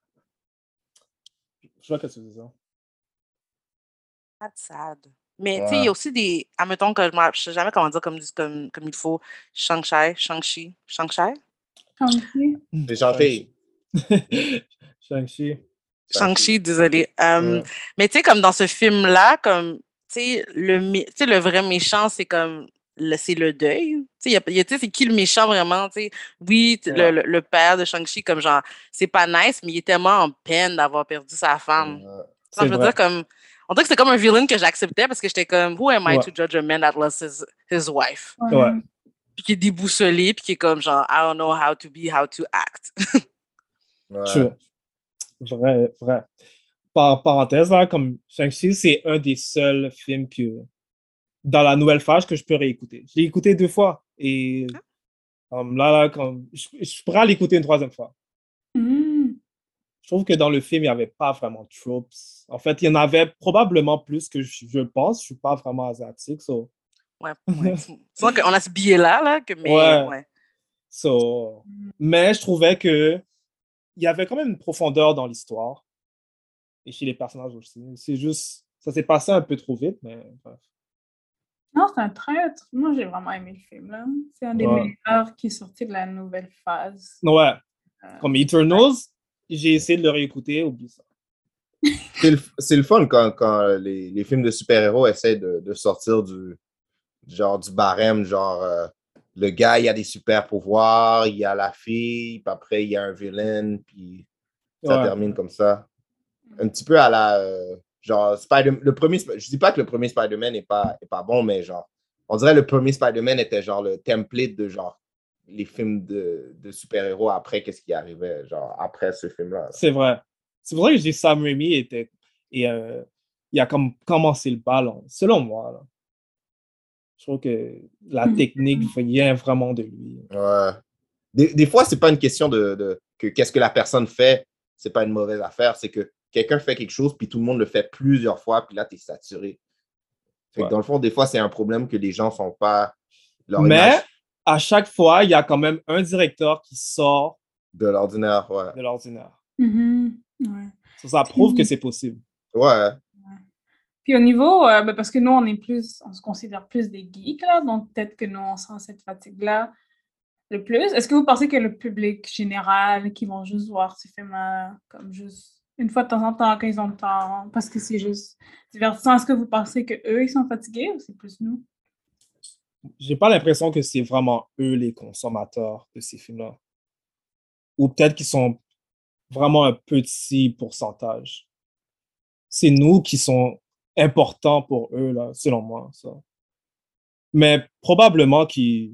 Je vois que tu veux dire. Sad, sad. Mais tu sais, Ouais. il y a aussi des. Admettons que je ne sais jamais comment dire comme, comme, comme il faut. Shang-Chi, Shang-Chi, Shang-Chi? Shang-Chi. C'est Shang-Chi. Shang-Chi. Shang-Chi, désolé. Um, Ouais. Mais tu sais, comme dans ce film-là, comme, tu sais, le, mé- tu sais, le vrai méchant, c'est comme, le- c'est le deuil. Tu sais, il y a- il y a- tu sais, c'est qui le méchant vraiment, tu sais. Oui, t- le, Ouais. le, le père de Shang-Chi, comme genre, c'est pas nice, mais il est tellement en peine d'avoir perdu sa femme. Euh, C'est Non, je veux vrai. dire, comme, on dirait que c'est comme un villain que j'acceptais parce que j'étais comme, who am I Ouais. to judge a man that lost his, his wife? Ouais. Puis qui est déboussolé, puis qui est comme genre, I don't know how to be, how to act. ouais. True. Vrai, vrai. Par parenthèse, là, comme Shang-Chi, c'est un des seuls films que, dans la nouvelle phase, que je peux réécouter. Je l'ai écouté deux fois. Et comme là, là, comme, je, je pourrais l'écouter une troisième fois. Mm. Je trouve que dans le film, il n'y avait pas vraiment de tropes. En fait, il y en avait probablement plus que je, je pense. Je ne suis pas vraiment asiatique. So, Ouais, ouais. C'est vrai qu'on a ce billet-là, là, que, mais Ouais. ouais. so, mais je trouvais que il y avait quand même une profondeur dans l'histoire. Et chez les personnages aussi. C'est juste, ça s'est passé un peu trop vite, mais bref. Non, c'est un traître. Moi, j'ai vraiment aimé le film, là. C'est un des Ouais. meilleurs qui est sorti de la nouvelle phase. Ouais, Euh, comme Eternals, j'ai essayé de le réécouter, oublie ça. C'est le, c'est le fun quand, quand les, les films de super-héros essaient de, de sortir du, genre du barème, genre euh, le gars, il a des super pouvoirs, il y a la fille, puis après, il y a un villain, puis ça Ouais. termine comme ça. Un petit peu à la... euh, genre, Spider le premier... Je dis pas que le premier Spider-Man n'est pas, est pas bon, mais genre, on dirait que le premier Spider-Man était genre le template de genre les films de, de super-héros après qu'est-ce qui arrivait, genre après ce film-là. là. C'est vrai. C'est pour ça que je dis Sam Raimi était. Et, euh, il a comme commencé le ballon, selon moi. Là. Je trouve que la Mhm. technique vient vraiment de lui. Ouais. Des, des fois, c'est pas une question de, de que qu'est-ce que la personne fait, c'est pas une mauvaise affaire, c'est que quelqu'un fait quelque chose, puis tout le monde le fait plusieurs fois, puis là, t'es saturé. Fait que Ouais. dans le fond, des fois, c'est un problème que les gens sont pas... Leur Mais image à chaque fois, il y a quand même un directeur qui sort de l'ordinaire, ouais. de l'ordinaire. Mhm. Ouais. Ça, ça prouve que Mhm. c'est possible. Ouais. Puis au niveau, euh, ben, parce que nous, on est plus, on se considère plus des geeks, là, donc peut-être que nous, on sent cette fatigue-là le plus. Est-ce que vous pensez que le public général qui vont juste voir ces films-là comme juste une fois de temps en temps quand ils ont le temps, parce que c'est juste divertissant, est-ce que vous pensez que eux ils sont fatigués ou c'est plus nous? J'ai pas l'impression que c'est vraiment eux les consommateurs de ces films-là. Ou peut-être qu'ils sont vraiment un petit pourcentage. C'est nous qui sont importants pour eux, là, selon moi. Ça. Mais probablement qu'ils.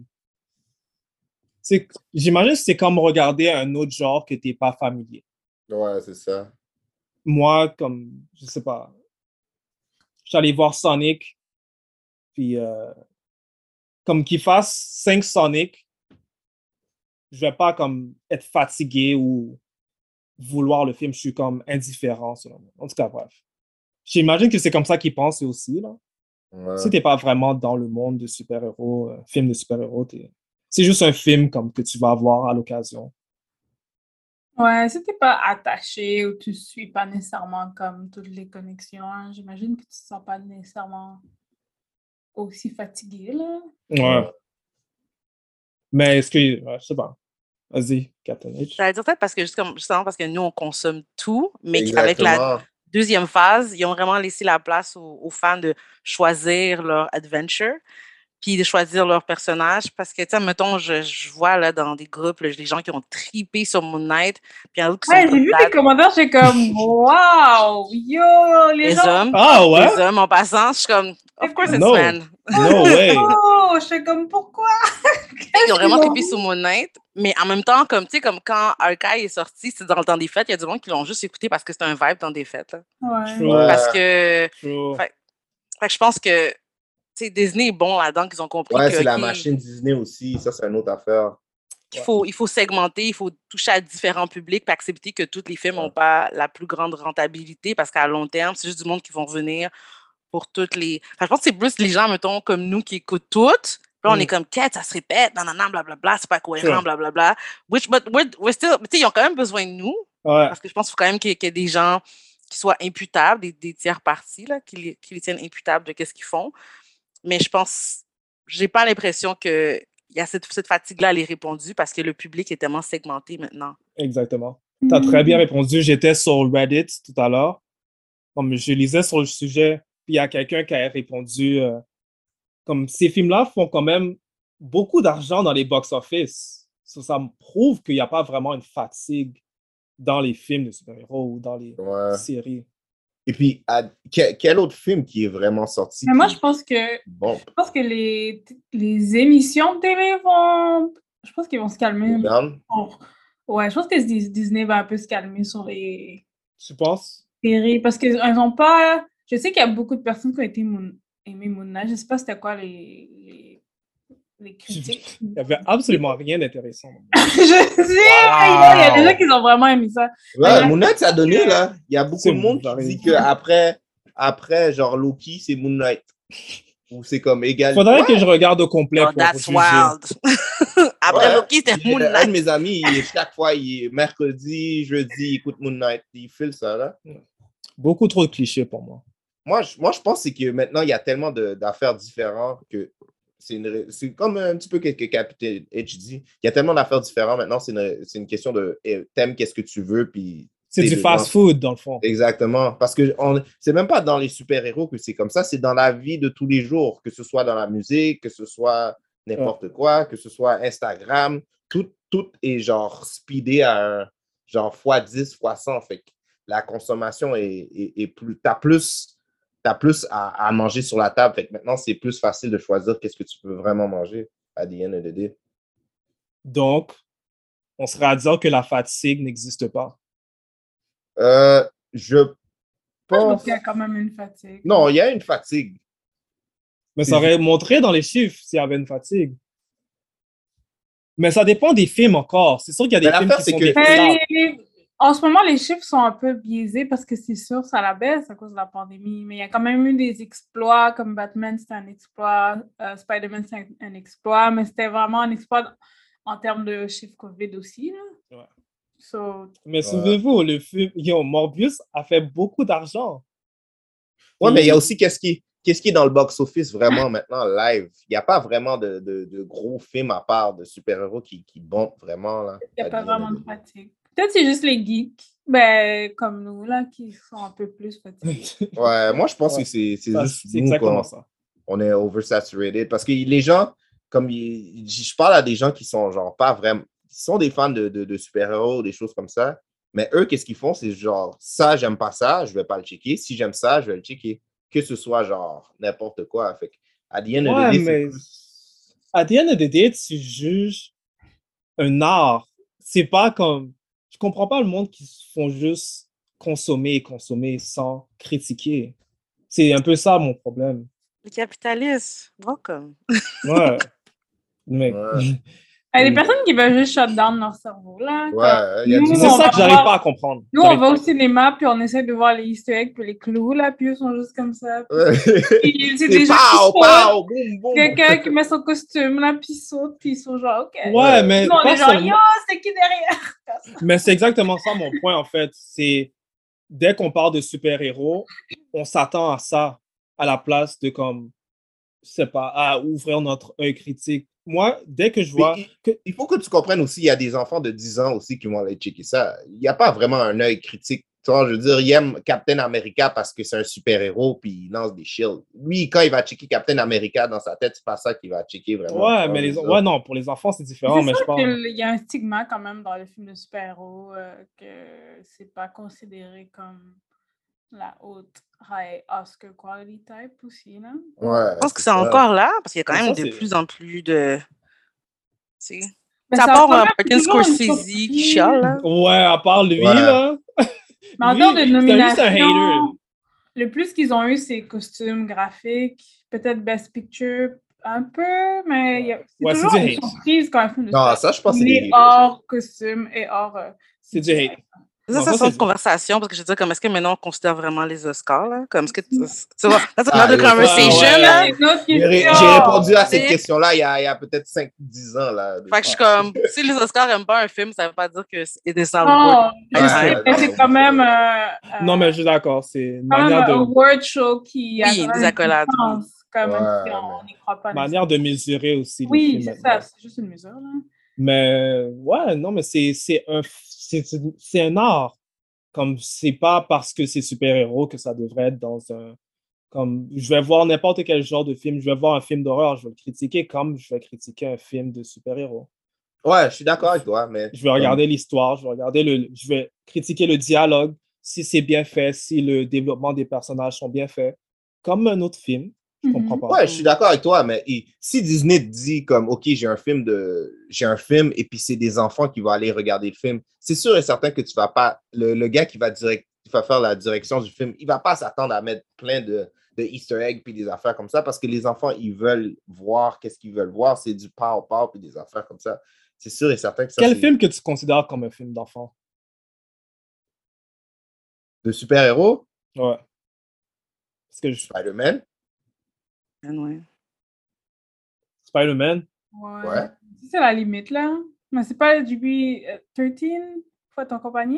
c'est- J'imagine que c'est comme regarder un autre genre que tu n'es pas familier. Ouais, c'est ça. Moi, comme, je sais pas, je suis allé voir Sonic, puis euh, comme qu'il fasse cinq Sonic, je vais pas comme être fatigué ou vouloir le film, je suis comme indifférent, selon moi. En tout cas, bref. J'imagine que c'est comme ça qu'ils pensent aussi, là. Ouais. Si t'es pas vraiment dans le monde de super-héros, euh, film de super-héros, t'es- c'est juste un film comme que tu vas voir à l'occasion. Ouais, si t'es pas attaché ou tu suis pas nécessairement comme toutes les connexions, hein, j'imagine que tu te sens pas nécessairement aussi fatigué, là. Ouais. Ouais. Mais est-ce que, ouais, je sais pas. Vas-y, Captain H. J'allais dire peut-être parce que juste comme, justement parce que nous, on consomme tout, mais qu'avec la Exactement. deuxième phase, ils ont vraiment laissé la place aux, aux fans de choisir leur adventure, puis de choisir leur personnage. Parce que, tu sais, mettons, je, je vois là dans des groupes, là, des gens qui ont tripé sur Moon Knight, puis il y en a d'autres qui sont Ouais, j'ai comme vu ça. tes commentaires, j'ai comme waouh, yo, les Les gens. hommes, Ah ouais? les hommes en passant, je suis comme, of course it's No. man. No way. Oh, je suis comme pourquoi? Ils ont vraiment Ils ont trippé vu? sur Moon Knight, mais en même temps, comme, tu sais, comme quand Hawkeye est sorti, c'est dans le temps des fêtes, il y a du monde qui l'ont juste écouté parce que c'est un vibe dans des fêtes. Là. Ouais. True. Ouais. Parce que, True. fait, fait que je pense que, tu sais, Disney est bon là-dedans, qu'ils ont compris Ouais, que, c'est la ok, machine Disney aussi. Ça, c'est une autre affaire. qu'il faut, il faut segmenter, il faut toucher à différents publics, puis accepter que tous les films n'ont Ouais. pas la plus grande rentabilité, parce qu'à long terme, c'est juste du monde qui vont venir pour toutes les... Enfin, je pense que c'est plus les gens, mettons, comme nous, qui écoutent toutes. Puis là, on Mm. est comme, quête, ça se répète, nanana, blablabla, c'est pas cohérent, Sure. blablabla. Which, but we're, we're still... Tu sais, ils ont quand même besoin de nous, Ouais. parce que je pense qu'il faut quand même qu'il y ait, qu'il y ait des gens qui soient imputables, des, des tiers parties, là, qui, les, qui les tiennent imputables de qu'est-ce qu'ils font. Mais je pense... J'ai pas l'impression que il y a cette, cette fatigue-là, elle est répondue parce que le public est tellement segmenté maintenant. Exactement. Tu as très bien répondu. J'étais sur Reddit tout à l'heure. Comme je lisais sur le sujet, puis il y a quelqu'un qui a répondu euh, comme ces films-là font quand même beaucoup d'argent dans les box-office. Ça, ça me prouve qu'il n'y a pas vraiment une fatigue dans les films de super-héros ou dans les Ouais. séries. Et puis, à- que- quel autre film qui est vraiment sorti? Mais moi, qui- je pense que Bon, je pense que les, les émissions de télé vont. Je pense qu'ils vont se calmer. Down. Pour- Ouais, je pense que Dis- Disney va un peu se calmer sur les Tu penses? séries parce qu'ils n'ont pas. Je sais qu'il y a beaucoup de personnes qui ont été Moon... aimé Moon Knight. Je sais pas c'était quoi les, les, les critiques. Il n'y avait absolument rien d'intéressant. Je sais, il y a des gens qui ont vraiment aimé ça. Ouais, Ouais. Moon Knight, ça a donné, là. Il y a beaucoup C'est de monde qui varié. dit qu'après, après, genre, Loki, c'est Moon Knight. Ou c'est comme égal. Faudrait Ouais. que je regarde au complet Oh, pour that's juger. wild! Après Ouais. Loki, c'était Puis, Moon euh, Un de Knight. mes amis, il- chaque fois, il est mercredi, jeudi, il écoute Moon Knight. Il file ça, là. Beaucoup trop de clichés pour moi. Moi, je, moi, je pense que c'est que maintenant, il y a tellement de- d'affaires différentes que c'est une ré- c'est comme un petit peu ce que Captain H dit. Il y a tellement d'affaires différentes. Maintenant, c'est une, c'est une question de eh, t'aimes qu'est-ce que tu veux, puis C'est du fast food, dans le fond. Exactement. Parce que on, c'est même pas dans les super-héros que c'est comme ça, c'est dans la vie de tous les jours, que ce soit dans la musique, que ce soit n'importe ouais. quoi, que ce soit Instagram, tout, tout est genre speedé à un genre fois dix, fois cent. Fait que la consommation est, est, est plus... T'as plus, t'as plus à, à manger sur la table. Fait que maintenant, c'est plus facile de choisir qu'est-ce que tu peux vraiment manger à the end of the day. Donc, on serait à dire que la fatigue n'existe pas. Euh, je pense... Je pense qu'il y a quand même une fatigue. Non, il y a une fatigue. Mais ça aurait montré dans les chiffres s'il y avait une fatigue. Mais ça dépend des films encore. C'est sûr qu'il y a des Mais films qui sont que... des En ce moment, les chiffres sont un peu biaisés parce que c'est sûr, ça la baisse à cause de la pandémie. Mais il y a quand même eu des exploits, comme Batman, c'était un exploit, euh, Spider-Man, c'était un, un exploit, mais c'était vraiment un exploit en termes de chiffres COVID aussi. Là. Ouais. So, mais souvenez-vous, le film Yo, Morbius a fait beaucoup d'argent. Oui, mais il y a aussi qu'est-ce qui, qu'est-ce qui est dans le box-office vraiment maintenant live. Il n'y a pas vraiment de, de, de gros films à part de super-héros qui, qui bombent vraiment. Là, il n'y a pas vraiment de fatigue. Peut-être c'est juste les geeks, ben, comme nous, là, qui sont un peu plus fatigués. Ouais, moi, je pense ouais. que c'est, c'est ça, juste c'est nous, exactement qu'on, ça. On est oversaturated. Parce que les gens, comme ils, je parle à des gens qui sont genre pas vraiment, qui sont des fans de, de, de super-héros, des choses comme ça, mais eux, qu'est-ce qu'ils font? C'est genre, ça, j'aime pas ça, je vais pas le checker. Si j'aime ça, je vais le checker. Que ce soit genre n'importe quoi. Fait à the end of the day, mais à the end of the day, tu juges un art. C'est pas comme... Je comprends pas le monde qui se font juste consommer et consommer sans critiquer. C'est un peu ça mon problème. Le capitalisme, welcome. Ouais. Mais... Ouais. Il y a des personnes qui veulent juste shut down leur cerveau, là. Ouais, y a nous, du... C'est ça que j'arrive voir... pas à comprendre. Nous, j'arrive on va pas. Au cinéma, puis on essaie de voir les easter eggs, puis les clous, là, puis eux sont juste comme ça. Ouais. Puis, c'est des gens qui sautent. Quelqu'un qui met son costume, là, puis saute, puis ils sont genre, OK. Ouais, mais... Non, on est genre, seulement... yo, c'est qui derrière? Mais c'est exactement ça, mon point, en fait. C'est... Dès qu'on parle de super-héros, on s'attend à ça, à la place de, comme... Je sais pas, à ouvrir notre œil critique. Moi, dès que je vois... Il, que... il faut que tu comprennes aussi, il y a des enfants de dix ans aussi qui vont aller checker ça. Il n'y a pas vraiment un œil critique. Tu vois, je veux dire, il aime Captain America parce que c'est un super-héros puis il lance des shields. Lui, quand il va checker Captain America dans sa tête, c'est pas ça qu'il va checker vraiment. Ouais, mais les... ouais, non, pour les enfants, c'est différent. C'est mais sûr je parle... qu'il y a un stigma quand même dans les films de super-héros euh, que c'est pas considéré comme la haute high Oscar quality type aussi, là. Ouais, je pense que c'est ça. Encore là, parce qu'il y a quand même ça, de plus en plus de... Tu sais... Ben, à part euh, Martin Scorsese qui chiale, là. Ouais, à part lui, ouais. là. Mais en termes de nomination, le plus qu'ils ont eu, c'est costumes graphiques, peut-être Best Picture, un peu, mais il y a, c'est ouais, toujours c'est une surprise quand un film de Non, ça, je pense que c'est des hors costume et hors... Euh, c'est du hate. Ça, ça, c'est une conversation, parce que je veux dire, comme, est-ce que maintenant on considère vraiment les Oscars, là? Comme, est-ce que tu, tu vois, that's another ah, conversation, ouais, là. J'ai, j'ai répondu à cette question-là il y a, il y a peut-être cinq dix ans, là. Fait que je suis comme, si les Oscars n'aiment pas un film, ça veut pas dire que c'est des Non, ouais, mais c'est quand même... Euh, non, mais je suis d'accord, c'est une manière de... un award show qui... Oui, des accolades. Comme ouais, si on n'y croit pas. Manière de mesurer aussi. Oui, c'est ça, c'est juste une mesure, là. Mais, ouais, non, mais c'est, c'est un... C'est, c'est un art. Comme c'est pas parce que c'est super-héros que ça devrait être dans un... Comme, je vais voir n'importe quel genre de film, je vais voir un film d'horreur, je vais le critiquer comme je vais critiquer un film de super-héros. Ouais, je suis d'accord avec toi, mais... Je vais regarder l'histoire, je vais regarder le... Je vais critiquer le dialogue, si c'est bien fait, si le développement des personnages sont bien faits. Comme un autre film. Je comprends pas. Ouais, je suis d'accord avec toi, mais si Disney te dit comme, OK, j'ai un film de, j'ai un film et puis c'est des enfants qui vont aller regarder le film, c'est sûr et certain que tu vas pas, le, le gars qui va, direct, qui va faire la direction du film, il va pas s'attendre à mettre plein de, de Easter eggs puis des affaires comme ça parce que les enfants, ils veulent voir qu'est-ce qu'ils veulent voir, c'est du pow-pow puis des affaires comme ça. C'est sûr et certain que ça, Quel c'est... film que tu considères comme un film d'enfant? De super-héros? Ouais. Parce que je... Spider-Man? Ouais. Spider-Man? Ouais. ouais. C'est la limite, là. Mais c'est pas du B treize, faut être en compagnie?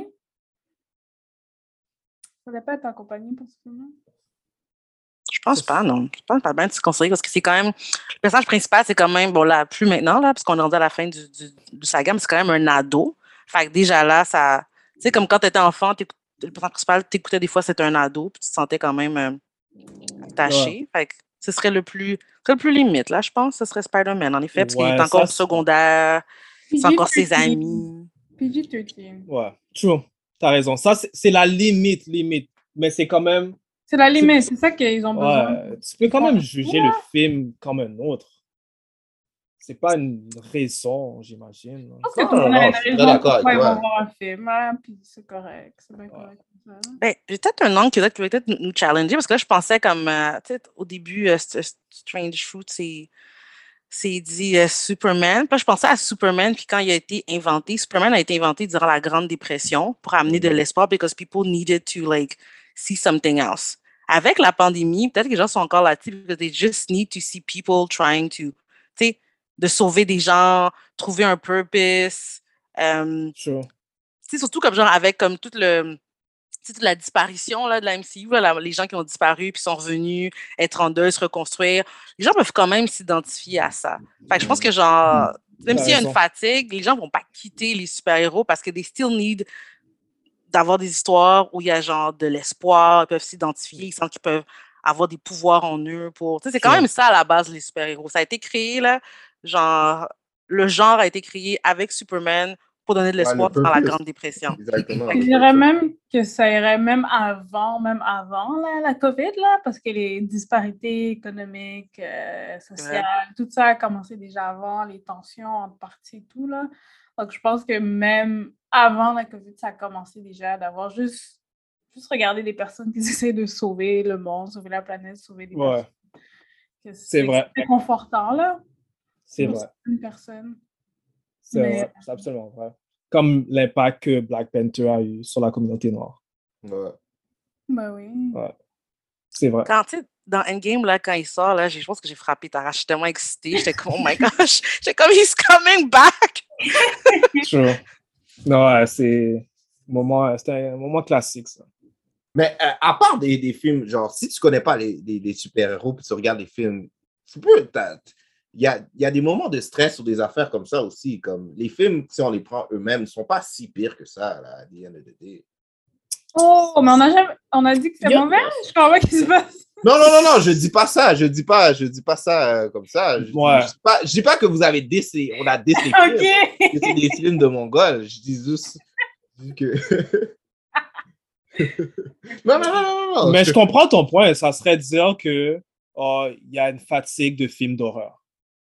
Ça doit pas être en compagnie pour ce film-là? Je pense pas, non. Je pense pas bien de se considérer parce que c'est quand même... Le personnage principal, c'est quand même... Bon, là, plus maintenant, là, parce qu'on est rendu à la fin du, du, du saga, mais c'est quand même un ado. Fait que déjà là, ça... sais, comme quand t'étais enfant, le personnage principal, t'écoutais des fois, c'était un ado, puis tu te sentais quand même euh, attaché. Ouais. Fait que ce serait le plus, ce serait le plus limite, là, je pense, ce serait Spider-Man, en effet, parce ouais, qu'il est encore ça, secondaire, c'est, c'est encore ses amis. P G treize. Ouais, true. T'as raison. Ça, c'est, c'est la limite, limite. Mais c'est quand même... C'est la limite, c'est, c'est ça qu'ils ont besoin. Ouais, tu peux quand même juger ouais. le film comme un autre. C'est pas une raison, j'imagine. Je pense que tout le monde a une raison pourquoi ils vont voir un film, hein, puis c'est correct, c'est bien correct. Ouais. Ben, j'ai peut-être un angle qui va peut-être nous challenger, parce que là, je pensais comme, euh, tu sais, au début, euh, Strange Fruit, c'est, c'est dit euh, Superman. Puis là, je pensais à Superman, puis quand il a été inventé, Superman a été inventé durant la Grande Dépression pour amener de l'espoir, because people needed to, like, see something else. Avec la pandémie, peut-être que les gens sont encore là-dessus, because they just need to see people trying to, tu sais, de sauver des gens, trouver un purpose. Euh, sure. C'est surtout comme genre avec comme toute le toute la disparition là, de la M C U, là, la, les gens qui ont disparu puis sont revenus être en deuil, se reconstruire. Les gens peuvent quand même s'identifier à ça. Fait que je pense que genre, même s'il y a une fatigue, les gens vont pas quitter les super-héros parce que they still need d'avoir des histoires où il y a genre de l'espoir, ils peuvent s'identifier, ils sentent qu'ils peuvent avoir des pouvoirs en eux pour. Tu sais, c'est quand même ça à la base, les super-héros. Ça a été créé là. Genre, le genre a été créé avec Superman pour donner de l'espoir ouais, dans la Grande Dépression. Exactement. Je dirais même que ça irait même avant, même avant là, la COVID, là, parce que les disparités économiques, euh, sociales, ouais. tout ça a commencé déjà avant, les tensions entre partis et tout. Là. Donc, je pense que même avant la COVID, ça a commencé déjà d'avoir juste, juste regarder des personnes qui essaient de sauver le monde, sauver la planète, sauver des ouais. personnes. C'est, c'est vrai. C'est confortant, là. C'est vrai. Une personne. C'est Mais... vrai, c'est absolument vrai. Comme l'impact que Black Panther a eu sur la communauté noire. Ouais. Ben oui. Ouais. C'est vrai. Quand tu sais, dans Endgame, là, quand il sort, là, je pense que j'ai frappé Tara. Je suis tellement excitée. J'étais comme, oh my gosh. J'étais comme, he's coming back. Sure. Non, ouais, c'est moment, c'était un moment classique, ça. Mais euh, à part des, des films, genre, si tu connais pas les, les, les super-héros puis tu regardes les films, tu peux. Il y a, y a des moments de stress ou des affaires comme ça aussi. Comme les films, si on les prend eux-mêmes, ne sont pas si pires que ça, là, à the end of the day. Oh, mais on a, jamais, on a dit que c'était mauvais? Je comprends pas qu'est-ce qui se passe. Non, non, non, non, je dis pas ça. Je dis pas, je dis pas ça euh, comme ça. Je, ouais. je, dis pas, je dis pas que vous avez décé, on a décé okay. que c'est des films de Mongol. Je dis juste que... non, non, non, non, non. Mais je comprends ton point. Ça serait dire que oh, y a une fatigue de films d'horreur.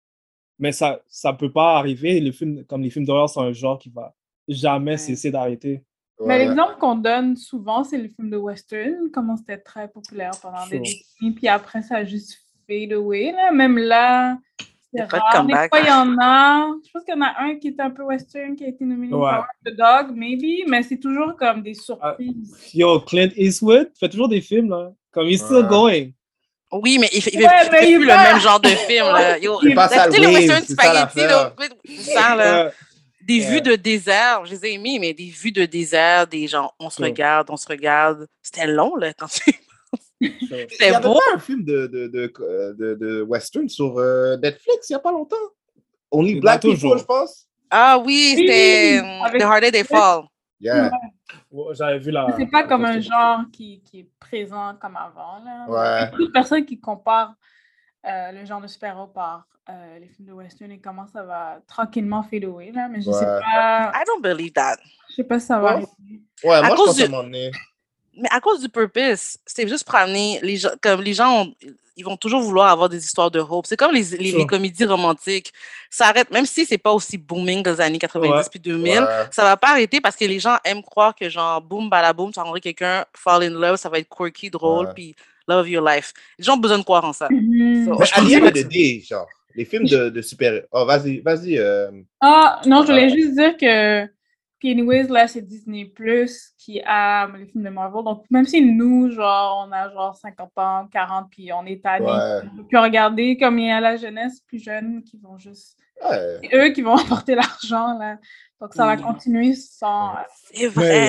Mais ça ça peut pas arriver. Les films, comme les films d'horreur, c'est un genre qui va jamais cesser d'arrêter. Mais ouais. L'exemple qu'on donne souvent, c'est les films de western, comment c'était très populaire pendant sure. des décennies, puis après, ça a juste fade away. Là. Même là, c'est rare. Des fois, il y en a. Je pense qu'il y en a un qui est un peu western, qui a été nominé ouais. pour The Dog, maybe, mais c'est toujours comme des surprises. Uh, yo, Clint Eastwood fait toujours des films, là. Comme he's still ouais. going. Oui, mais il fait, il fait, ouais, il fait plus pas... le même genre de film. Là. Yo, c'est pas ça, les western spaghetti, là, ça, là. Des ouais. vues de désert, je les ai aimés, mais des vues de désert, des gens, on se ouais. regarde, on se regarde. C'était long, là, quand tu C'était il y avait beau. Pas un film de, de, de, de, de western sur uh, Netflix il n'y a pas longtemps. Only il Black People, je pense. Ah oui, c'était oui, The Harder They Fall. Yeah. Ouais, j'avais vu la... C'est pas comme un genre qui, qui est présent comme avant. Là. Ouais. Il y a beaucoup de personnes qui comparent euh, le genre de super-héros par euh, les films de western et comment ça va tranquillement fade away, là, mais je ouais. sais pas... I don't believe that. Je sais pas si ça va ouais. arriver. Ouais, à moi, cause je pense du... à m'emmener. Mais à cause du purpose, c'est juste pour amener les gens... Comme les gens, ont... ils vont toujours vouloir avoir des histoires de hope. C'est comme les, les, sure. les comédies romantiques. Ça arrête, même si c'est pas aussi booming dans les années quatre-vingt-dix ouais. puis deux mille, ouais. ça va pas arrêter parce que les gens aiment croire que genre, boum, balaboum, tu vas rencontrer quelqu'un, fall in love, ça va être quirky, drôle, ouais. puis love your life. Les gens ont besoin de croire en ça. Mm-hmm. So, mais à l'I M D D, genre, les films de, de super... Oh, vas-y, vas-y. Euh... Ah, non, je voulais euh... juste dire que... Puis anyways, là, c'est Disney Plus qui a les films de Marvel. Donc, même si nous, genre, on a genre cinquante ans, quarante, puis on est tannés, ouais. on peut regarder comme il y a la jeunesse plus jeune qui vont juste... Ouais. C'est eux qui vont apporter l'argent, là. Donc, ça oui. va continuer sans... C'est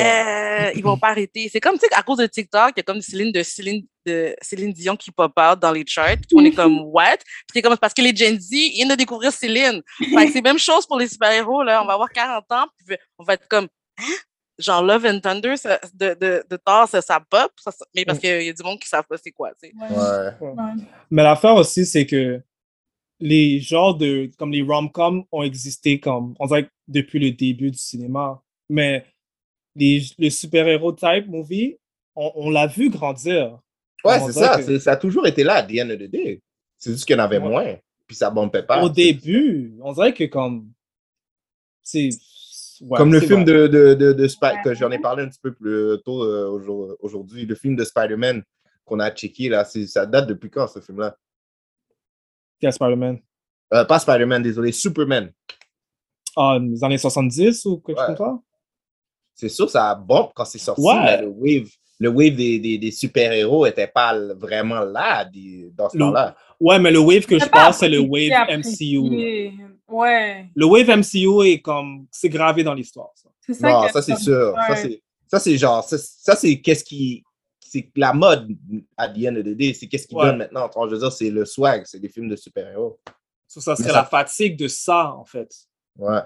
vrai! Ils vont pas arrêter. C'est comme, tu sais, à cause de TikTok, il y a comme Céline de Céline, de Céline Dion qui pop out dans les charts. Puis on est comme, what? Puis c'est comme, parce que les Gen Z, ils viennent de découvrir Céline. Fait que c'est la même chose pour les super-héros, là. On va avoir quarante ans, puis on va être comme, hein? genre Love and Thunder ça, de, de, de Thor, ça, ça pop, ça, ça- mais parce Mm. qu'il y a du monde qui ne savent pas c'est quoi, tu sais. Ouais. Ouais. Ouais. Mais l'affaire aussi, c'est que les genres de, comme les rom-coms ont existé comme, on dirait que depuis le début du cinéma. Mais les, les super-héros type movie, on, on l'a vu grandir. Ouais, Comme on c'est dirait ça. que c'est- Ça a toujours été là, à the end of the day. C'est juste qu'il y en avait Ouais. moins. Puis ça bombait pas. au C'est- début, on dirait que comme, c'est, ouais, Comme le c'est film vrai. de, de, de, de Spi- Ouais. que j'en ai parlé un petit peu plus tôt euh, aujourd- aujourd'hui, le film de Spider-Man qu'on a checké, là, c'est- ça date depuis quand, ce film-là? Quel Spider-Man? Euh, pas Spider-Man, désolé, Superman. Ah, les années soixante-dix ou quelque chose Ouais. comme ça? C'est sûr, ça a bombe quand c'est sorti, Ouais. mais le wave, le wave des, des, des super-héros n'était pas l- vraiment là des- dans ce Le- temps-là. Ouais, mais le wave que je C'est pas parle, c'est le apprécié, wave M C U. là. apprécié. Ouais. Le wave M C U est comme, c'est gravé dans l'histoire. ça. C'est ça Non, que ça c'est comme- sûr. Ça ouais. c'est, ça c'est genre, ça, ça, c'est qu'est-ce qui, c'est la mode à the end of the day, c'est qu'est-ce qui Ouais. donne maintenant. Je veux dire, c'est le swag, c'est des films de super-héros. So, ça serait Mais la ça- fatigue de ça, en fait, Ouais.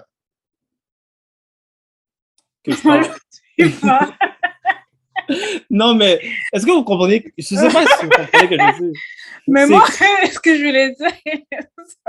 que je parle. Je sais pas. Non, mais est-ce que vous comprenez? Je sais pas si vous comprenez que je dis. Mais C'est- moi, ce que je voulais dire,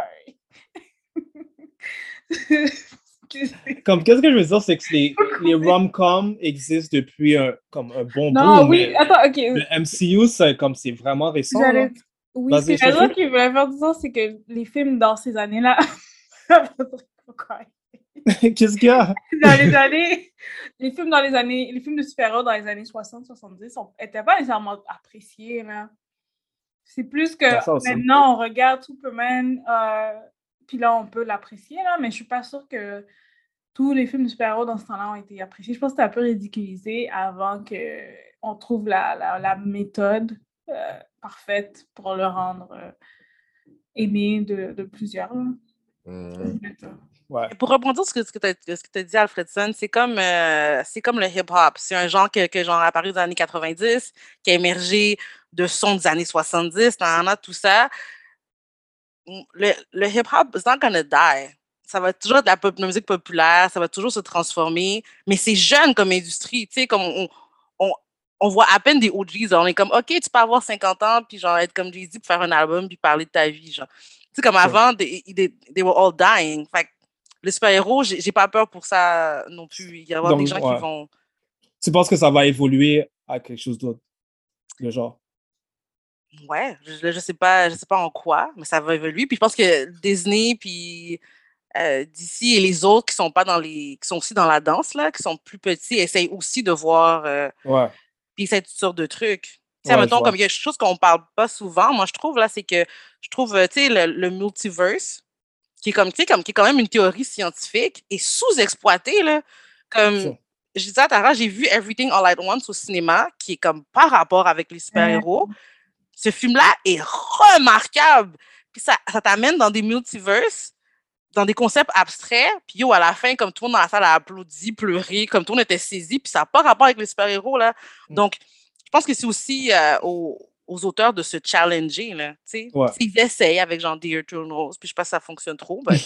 sorry. Comme, qu'est-ce que je veux dire, c'est que les, les rom-coms existent depuis un, comme un bon Non, bout, oui, mais attends, ok. le M C U, c'est comme, c'est vraiment récent. là. J'allais- Oui, ce Vas-y, que j'allais Sophie. dire qu'il voulait faire du sens, c'est que les films dans ces années-là, pourquoi? Qu'est-ce qu'il y a? Dans les années, les films dans les années, les films de super-héros dans les années soixante soixante-dix n'étaient pas nécessairement appréciés, là. C'est plus que Il y a ça aussi. maintenant, on regarde Superman, euh, puis là, on peut l'apprécier, là, mais je suis pas sûre que tous les films de super-héros dans ce temps-là ont été appréciés. Je pense que c'était un peu ridiculisé avant qu'on trouve la, la, la méthode euh, parfaite pour le rendre euh, aimé de, de plusieurs. là. Mhm. Ouais. Et pour rebondir sur ce que tu as dit, Alfredson, c'est comme, euh, c'est comme le hip-hop. C'est un genre que, que genre apparu dans les années quatre-vingt-dix, qui a émergé de sons des années soixante-dix, nan, nan, nan, tout ça. Le, le hip-hop, it's not gonna die. Ça va toujours être de la, pop, de la musique populaire, ça va toujours se transformer, mais c'est jeune comme industrie, tu sais, comme on, on, on voit à peine des O Gs, on est comme, OK, tu peux avoir cinquante ans, puis genre être comme Jay-Z, pour faire un album, puis parler de ta vie, genre. Tu sais, comme avant, they, they, they were all dying. Fait que les super-héros, j'ai j'ai pas peur pour ça non plus. Il y a avoir Donc, des gens ouais. qui vont... Tu penses que ça va évoluer à quelque chose d'autre? Le genre. Ouais, je, je sais pas, je sais pas en quoi, mais ça va évoluer. Puis je pense que Disney, puis euh, D C et les autres qui sont pas dans les, qui sont aussi dans la danse là, qui sont plus petits, essayent aussi de voir, euh, Ouais. puis essayent toutes sortes de trucs. Tu sais, Ouais, je mettons vois. comme il y a quelque chose qu'on parle pas souvent. Moi, je trouve là, c'est que je trouve, euh, tu sais, le, le multiverse, qui est comme, tu sais, comme qui est quand même une théorie scientifique, est sous-exploité là. Comme Sure. je disais à Tara, j'ai vu Everything All at Once au cinéma, qui est comme par rapport avec les super-héros. Ce film-là est remarquable. Puis ça, ça t'amène dans des multiverses, dans des concepts abstraits. Puis yo, à la fin, comme tout le monde dans la salle a applaudi, pleuré, comme tout le monde était saisi. Puis ça n'a pas rapport avec les super-héros, là. Donc, je pense que c'est aussi euh, aux, aux auteurs de se challenger, là. Tu sais, Ouais. s'ils essayent avec genre The Eternals, puis je sais pas si ça fonctionne trop, ben,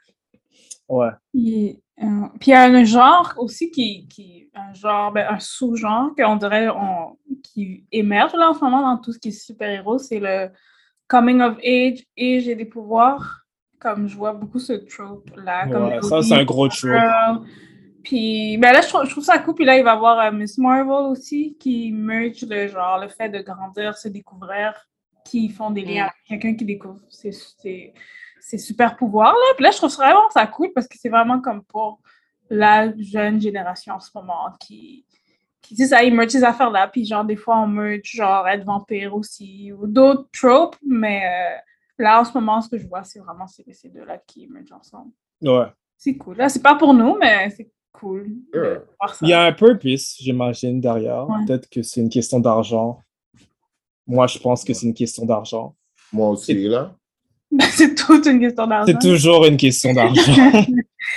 Ouais. Puis euh, puis il y a un genre aussi qui, qui un genre, ben, un sous-genre qu'on dirait on, qui émerge là en ce moment dans tout ce qui est super-héros, c'est le coming of age et j'ai des pouvoirs. Comme je vois beaucoup ce trope-là. Comme Ouais, le ça, c'est un gros trope. girl. Puis ben là, je trouve, je trouve ça cool. Puis là, il va y avoir euh, Miss Marvel aussi qui merge le genre, le fait de grandir, se découvrir, qui font des liens Mm. avec quelqu'un qui découvre ses, ses, ses super pouvoirs. Là. Puis là, je trouve vraiment ça cool parce que c'est vraiment comme pour la jeune génération en ce moment qui, qui tu sais, ça, ils merge ces affaires-là. Puis genre, des fois, on merge genre être vampire aussi ou d'autres tropes. Mais euh, là, en ce moment, ce que je vois, c'est vraiment ces, ces deux-là qui mergent ensemble. Ouais. C'est cool. Là, c'est pas pour nous, mais c'est cool de Sure. voir ça. Il y a un purpose, j'imagine, derrière. Ouais. Peut-être que c'est une question d'argent. Moi, je pense que c'est une question d'argent. Moi aussi, là. Ben, c'est toute une question d'argent. C'est toujours une question d'argent.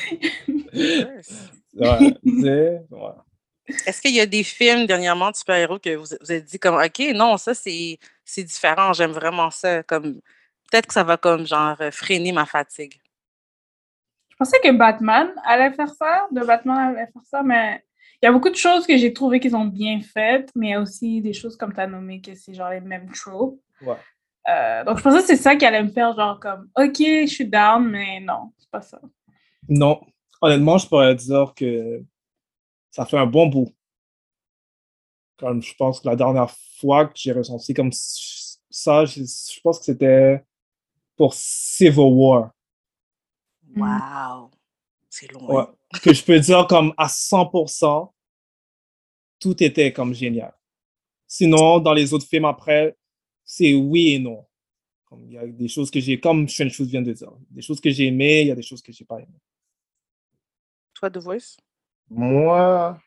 Ouais, tu sais, ouais. est-ce qu'il y a des films dernièrement de super-héros que vous vous avez dit comme, OK, non, ça, c'est c'est différent, j'aime vraiment ça. Comme, peut-être que ça va comme, genre, euh, freiner ma fatigue. Je pensais que Batman allait faire ça, de Batman allait faire ça, mais Il y a beaucoup de choses que j'ai trouvées qu'ils ont bien faites, mais il y a aussi des choses comme tu as nommé que c'est genre les mêmes tropes. Ouais. Euh, donc, je pensais que c'est ça qui allait me faire genre comme, OK, je suis down, mais non, c'est pas ça. Non. Honnêtement, je pourrais dire que ça fait un bon bout. Comme je pense que la dernière fois que j'ai ressenti comme ça, je, je pense que c'était pour Civil War. Wow. C'est loin. Ouais. Que je peux dire comme à cent pour cent, tout était comme génial. Sinon, dans les autres films après, c'est oui et non. Comme il y a des choses que j'ai, comme Strange Fruit vient de dire, des choses que j'ai aimées, il y a des choses que j'ai pas aimées. Toi, The Voice? Moi,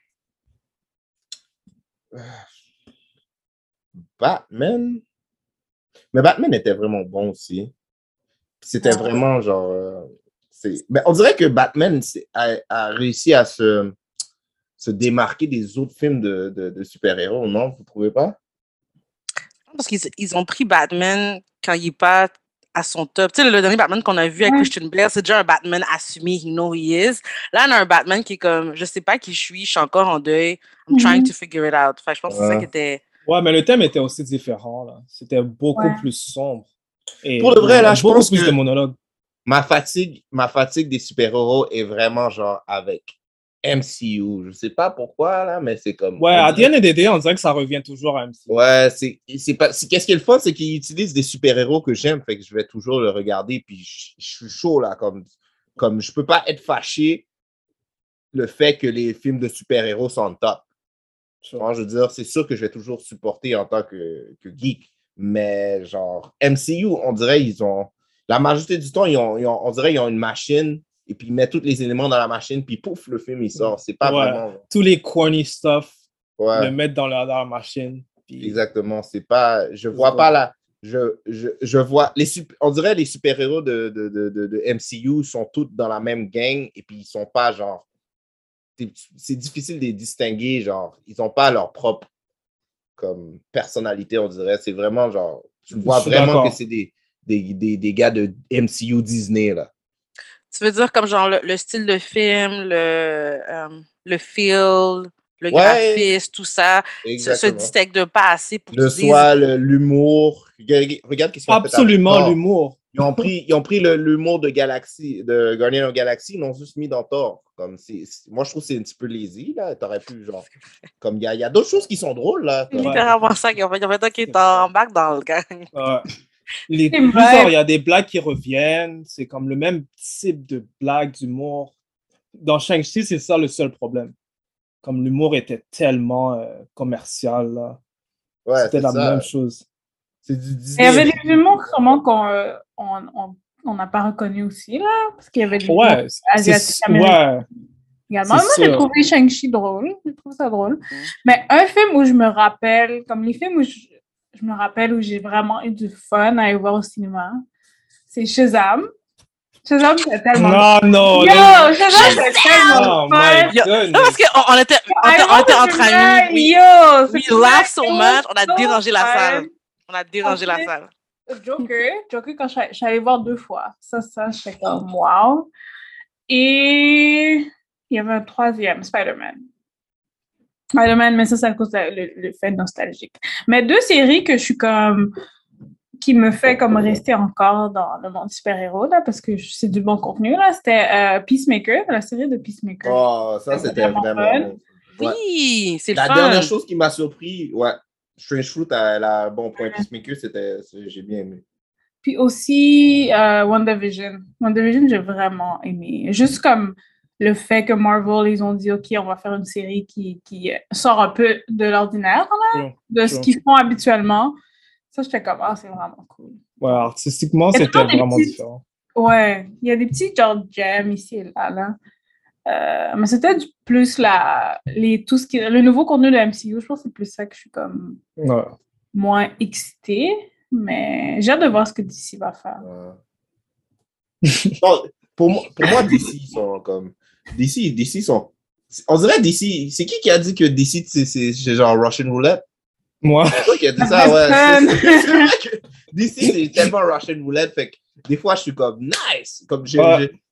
Batman. Mais Batman était vraiment bon aussi. C'était vraiment genre. Euh, c'est... Mais on dirait que Batman a, a réussi à se, se démarquer des autres films de, de, de super-héros, non? Vous ne trouvez pas? Parce qu'ils ils ont pris Batman quand il n'est pas à son top. Tu sais, le dernier Batman qu'on a vu avec Christian Bale, c'est déjà un Batman assumé, he know he is. Là, on a un Batman qui est comme, je sais pas qui je suis, je suis encore en deuil, I'm mm-hmm. trying to figure it out. Enfin, je pense que c'est ça qui était... Ouais, mais le thème était aussi différent, là. C'était beaucoup ouais. plus sombre. Et pour le vrai, là, je pense plus que de monologues. Ma fatigue, ma fatigue des super-héros est vraiment genre avec M C U. Je sais pas pourquoi, là, mais c'est comme... Ouais, à D N D D, on dirait que ça revient toujours à M C U. Ouais, c'est, c'est pas... C'est, qu'est-ce qui est le fun, c'est qu'ils utilisent des super-héros que j'aime, fait que je vais toujours le regarder, puis je, je suis chaud, là, comme... Comme je peux pas être fâché le fait que les films de super-héros sont top. Sure. Moi, je veux dire, c'est sûr que je vais toujours supporter en tant que, que geek, mais genre, M C U, on dirait, ils ont... La majorité du temps, ils ont, ils ont, on dirait qu'ils ont une machine, et puis ils mettent tous les éléments dans la machine, puis pouf, le film, il sort. C'est pas ouais. vraiment... Tous les corny stuff, ouais. le mettre dans la, dans la machine. Puis... Exactement. C'est pas... Je vois pas la... Je, je, je vois... Les super... On dirait les super-héros de, de, de, de, de M C U sont tous dans la même gang, et puis ils sont pas, genre... C'est difficile de les distinguer, genre... Ils ont pas leur propre comme personnalité, on dirait. C'est vraiment, genre... Tu vois vraiment d'accord. que c'est des... Des, des, des gars de M C U Disney, là. Tu veux dire comme genre le, le style de film, le, euh, le feel, le ouais, graphisme, tout ça, se, se distingue pas assez pour le soir, dises... l'humour. Regarde qu'est-ce qu'ils ont fait. Absolument, l'humour. Ils ont pris, ils ont pris le, l'humour de Galaxy, de Guardian of Galaxy, ils l'ont juste mis dans Thor. Comme c'est, c'est, moi, je trouve que c'est un petit peu lazy, là. T'aurais pu, genre... Comme il y a, y a d'autres choses qui sont drôles, là. C'est littéralement ça qu'ils ont fait. Ils ont fait, OK, t'embarques dans le gang. Ouais. Les plusieurs, il y a des blagues qui reviennent, c'est comme le même type de blague d'humour. Dans Shang-Chi, c'est ça le seul problème. Comme l'humour était tellement euh, commercial, là. Ouais, c'était la ça. même chose. C'est du Disney. Il y avait des humours sûrement qu'on euh, on, on, on n'a pas reconnu aussi, là, parce qu'il y avait des ouais, asiatiques américains. Ouais. Également. Moi, sûr. J'ai trouvé Shang-Chi drôle. J'ai trouvé ça drôle. Mm. Mais un film où je me rappelle, comme les films où je, je me rappelle où j'ai vraiment eu du fun à aller voir au cinéma, c'est Shazam. Shazam, c'est tellement Non, non. Yo, le... Shazam, c'est tellement oh fun. My God. Non, parce qu'on était, on était, on était entre amis. Oui. Yo, we laughed so much, on a so dérangé la salle. On a dérangé la salle. Joker, Joker, quand je suis allée voir deux fois. Ça, ça, j'étais comme wow. Et il y avait un troisième, Spider-Man. Spider-Man, mais ça, c'est à cause de le, le fait nostalgique. Mais deux séries que je suis comme... qui me fait comme rester encore dans le monde super-héros, là, parce que c'est du bon contenu, là. C'était euh, Peacemaker, la série de Peacemaker. Oh, ça, c'était vraiment, vraiment bon. Ouais. Oui, c'est la fun. La dernière chose qui m'a surpris, ouais, Strange Fruit, elle a un bon point. Peacemaker, c'était, j'ai bien aimé. Puis aussi, euh, WandaVision. WandaVision, j'ai vraiment aimé. Juste comme le fait que Marvel, ils ont dit, OK, on va faire une série qui, qui sort un peu de l'ordinaire, là, ouais, de ce ouais. qu'ils font habituellement. Ça, j'étais comme, ah, c'est vraiment cool. Ouais, artistiquement, c'était vraiment petits... différent. Ouais, il y a des petits genre gems ici et là, là. Euh, mais c'était plus la, les, tout ce qui, le nouveau contenu de M C U, je pense que c'est plus ça que je suis comme ouais. moins excitée. Mais j'ai hâte de voir ce que D C va faire. Ouais. Non, pour, moi, pour moi, D C sont comme... D C, D C sont... On dirait D C... C'est qui qui a dit que D C, c'est, c'est, c'est genre Russian Roulette? Moi. C'est toi qui a dit ça, ouais. C'est, c'est, c'est vrai que D C, c'est tellement Russian Roulette, fait que des fois, je suis comme nice. Comme j'ai, ouais. j'ai,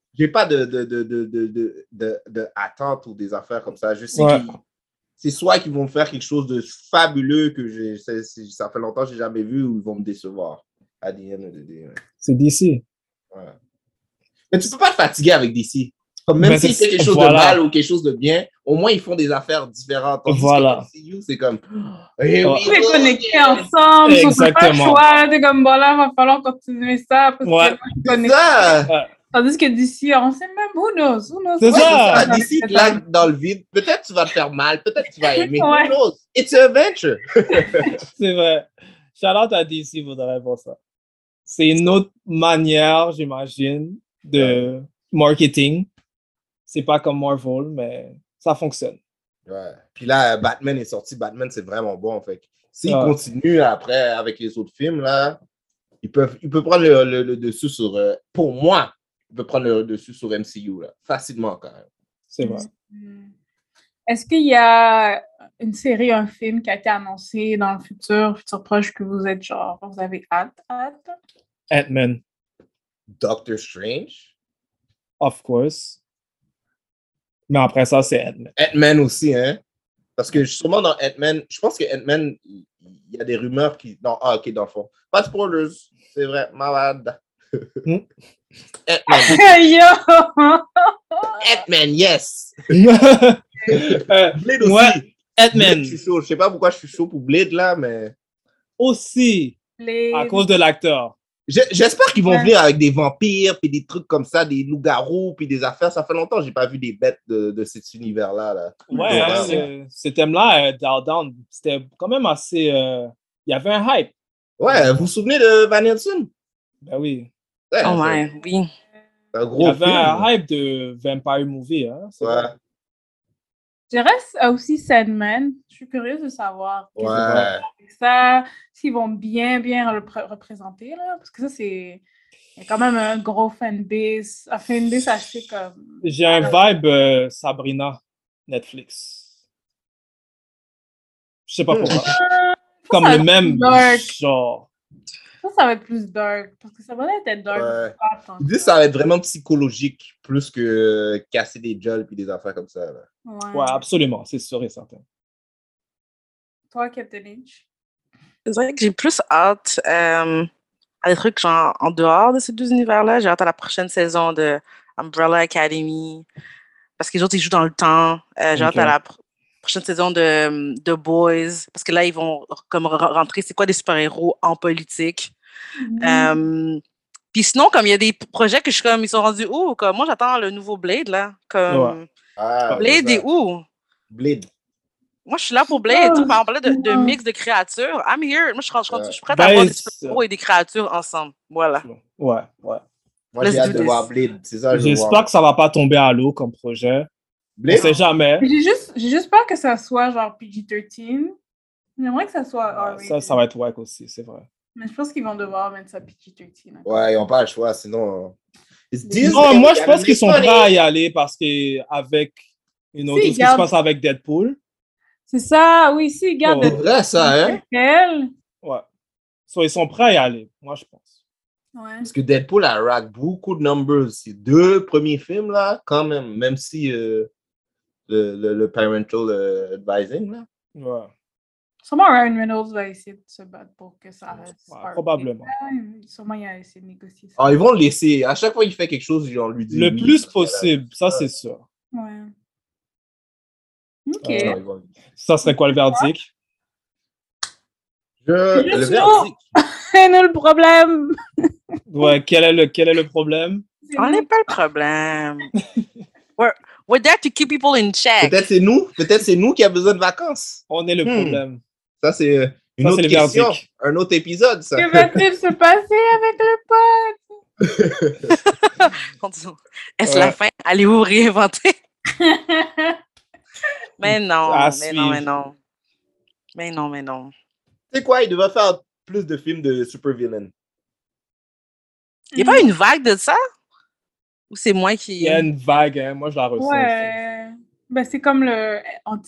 j'ai pas de, de, de, de, de, de, de, de attente ou des affaires comme ça. Je sais Ouais. que c'est soit qu'ils vont faire quelque chose de fabuleux que j'ai, c'est, c'est, ça fait longtemps que j'ai jamais vu, ou ils vont me décevoir. À the end of the day, ouais. C'est D C. Ouais. Mais tu peux pas te fatiguer avec D C. Comme même Mais s'ils c'est- font quelque chose voilà. de mal ou quelque chose de bien, au moins ils font des affaires différentes. Tandis Voilà. que M C U, c'est comme... Hey, Ouais. we Tous les love connectés it. ensemble, ils sont pas le Exactement. choix. T'es comme, bon, là, va falloir continuer ça parce Ouais. que moi, je suis C'est connectée. ça! Ouais. Tandis que d'ici, on sait même, who knows, who knows. C'est Ouais, ça. c'est ça. D C claque dans le vide. Peut-être tu vas te faire mal, peut-être tu vas aimer. Ouais. Who knows? It's an adventure. C'est vrai. Shout-out à D C, vous aurez pour ça. C'est une autre manière, j'imagine, de marketing. C'est pas comme Marvel, mais ça fonctionne. Ouais. Puis là, Batman est sorti. Batman, c'est vraiment bon. Fait que s'ils Ouais. continuent après avec les autres films, là, ils peuvent, ils peuvent prendre le, le- le dessus sur... euh, pour moi, ils peuvent prendre le dessus sur M C U, là. Facilement, quand même. C'est vrai. Hmm. Est-ce qu'il y a une série, un film qui a été annoncé dans le futur, futur proche, que vous êtes genre, vous avez hâte, hâte? Ant-Man, Doctor Strange. of course. Mais après ça, c'est Ant-Man. Ant-Man aussi, hein? Parce que sûrement dans Ant-Man, je pense que Ant-Man, il il y a des rumeurs qui... Non, ah, OK, dans le fond. Pas de spoilers. C'est vrai, malade. Hmm. Ant-Man. Yo! Ant-Man, yes! Euh, Blade aussi. ouais, Blade, Ant-Man je suis chaud. Je sais pas pourquoi je suis chaud pour Blade, là, mais... aussi, Les... à cause de l'acteur. Je- J'espère qu'ils vont Ouais. venir avec des vampires, puis des trucs comme ça, des loups-garous, puis des affaires. Ça fait longtemps que j'ai pas vu des bêtes de, de cet univers-là. Là. Ouais, Donc, hein, euh, ce, ce thème-là, euh, Down Down, c'était quand même assez... euh, Il y avait un hype. ouais, vous vous souvenez de Van Helsing? Ben oui. Ouais, Oh, c'est- ouais, oui. c'est un Il y gros avait film. un hype de Vampire Movie. Hein, c'est Ouais, vrai. Je reste aussi Sandman. Je suis curieuse de savoir qu'est-ce ouais. que c'est ça, s'ils vont bien, bien le pr- représenter, là. Parce que ça, c'est... Il y a quand même un gros fanbase, un fanbase assez comme... J'ai un vibe euh, Sabrina, Netflix. Je sais pas Hmm. pourquoi. Ah, Comme ça le va même être dark. genre. Ça, ça va être plus dark. Parce que ça va être dark. Ouais. pas tant Ils que disent que ça va être vraiment psychologique, plus que euh, casser des jolls puis des affaires comme ça. Là. Ouais. Ouais, absolument, c'est sûr et certain. Toi, Captain H. C'est vrai que j'ai plus hâte euh, à des trucs genre en dehors de ces deux univers-là. J'ai hâte à la prochaine saison de Umbrella Academy. Parce que les autres, ils jouent dans le temps. Euh, j'ai Ok. hâte à la pr- prochaine saison de The Boys. Parce que là, ils vont comme re- rentrer, c'est quoi des super-héros en politique. Mm-hmm. Euh, Puis sinon, comme il y a des projets que je suis comme, ils sont rendus où? Comme, moi, j'attends le nouveau Blade, là. Comme, Ah, Blade c'est est ça. où? Blade. Moi, je suis là pour Blade. Oh, Tu sais, on parlait de, de ouais. mix de créatures. I'm here. Moi, je suis, je suis- je suis prête Ben, à voir des c'est- super-héros et des créatures ensemble. Voilà. Ouais, ouais. Moi, Let's j'ai hâte do de this. voir Blade. C'est ça, je veux J'espère voir. que ça va pas tomber à l'eau comme projet. On Blade? sait jamais. Mais J'ai juste, j'ai juste peur que ça soit genre P G treize. J'aimerais que ça soit Ouais, R-rated. ça, ça va être wack aussi, c'est vrai. Mais je pense qu'ils vont devoir mettre ça P G treize. hein. Ouais, ils n'ont pas le choix, sinon... It's Disney, Non, moi, je gotta pense qu'ils make sont money. prêts à y aller parce qu'avec you know, Si, tout ce qui se garde- passe avec Deadpool. C'est ça, oui, si, regarde. Ouais. C'est vrai, ça, hein? Elle. Ouais. So, ils sont prêts à y aller, moi, je pense. Ouais. Parce que Deadpool a rack beaucoup de numbers. Ces deux premiers films, là, quand même, même si euh, le, le, le parental euh, advising, là. Ouais. Sûrement Ryan Reynolds va essayer de se battre pour que ça reste. Ouais, R-rated. probablement. Ouais, sûrement il a essayé de négocier ça. Ah, ils vont le laisser. À chaque fois qu'il fait quelque chose, on lui dit Le oui, plus parce qu'elle a- possible, ça, c'est sûr. Ouais. Ok. Ah, Euh, non, ils vont- Ça serait quoi le verdict? Je... Le Juste verdict. C'est nous le problème. Ouais, quel est le, quel est le problème? C'est On nous. n'est pas le problème. we're, we're there to keep people in check. Peut-être c'est nous. Peut-être c'est nous qui avons besoin de vacances. On est le Hmm. problème. Ça, c'est euh, une Ça, autre c'est le question. verdict. Un autre épisode, ça. Que va-t-il se passer avec le pote? Est-ce Ouais. la fin? Allez-vous réinventer? Mais non, À mais non, mais suivre. non. Mais non, mais non. Tu sais quoi, il devrait faire plus de films de super villains. Il n'y a pas une vague de ça? Ou c'est moi qui... Il y a une vague, hein. Moi, je la ressens. Ouais. Ben, c'est comme le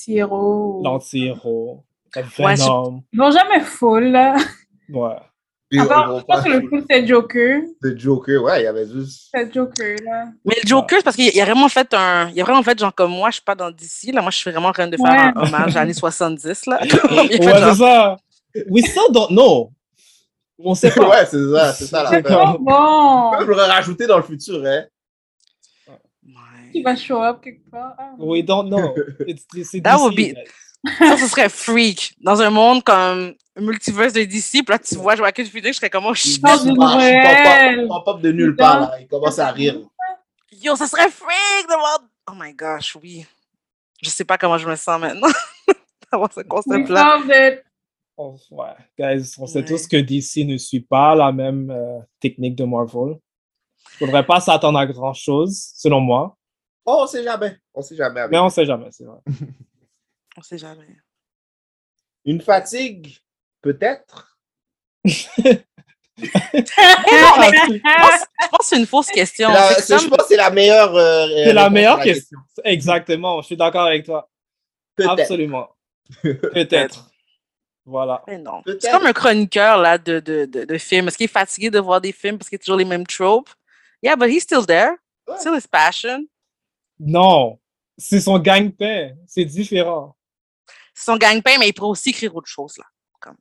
anti-héros. L'anti-héros. Ouais, Venom. Ils vont jamais full, là. Ouais. Puis, À ils part, vont je pense pas que le sous- coup, c'est Joker. Le Joker, ouais, il y avait juste. C'est Joker, là. Mais le Joker, c'est parce qu'il a vraiment fait un. Il a vraiment fait genre comme moi, je suis pas dans D C. Là, moi, je suis vraiment en train de faire Ouais. un hommage à l'année soixante-dix. Là. Il a fait Ouais, genre- c'est ça. We still don't know. On sait pas. Ouais, c'est ça, c'est ça C'est l'affaire. Oh bon! Je l'aurais rajouté dans le futur, hein. Qui va show up quelque part? Ah. We don't know. It's, c'est That D C, would be- guys. Ça, ce serait freak. Dans un monde comme un multiverse de D C, puis là, tu vois Joaquin Phoenix, je serais comme, oh shit. Oh, du réel. Il pop de nulle part, là. Il commence à rire. Yo, ça serait freak de voir. Oh my gosh, oui. Je sais pas comment je me sens maintenant. D'avoir ce We concept-là. solved it. On- ouais, guys, on sait Ouais. tous que D C ne suit pas la même euh, technique de Marvel. Il faudrait pas s'attendre à grand chose, selon moi. Oh, on sait jamais. On sait jamais. avec- Mais on sait jamais, c'est vrai. On sait jamais. Une fatigue, peut-être. Eh non, mais je pense, je pense que c'est une fausse question. C'est la- C'est que c'est- ça je pense que c'est la meilleure. euh, C'est la réponse meilleure à question. Exactement, je suis d'accord avec toi. Peut-être. Absolument. Peut-être. Voilà. Mais non. Peut-être. C'est comme un chroniqueur là, de, de, de, de films. Est-ce qu'il est fatigué de voir des films parce qu'il y a toujours les mêmes tropes? Yeah, but he's still there. Ouais. Still his passion. Non, c'est son gagne-pain. C'est différent. C'est son gagne-pain, mais il pourrait aussi écrire autre chose. Là.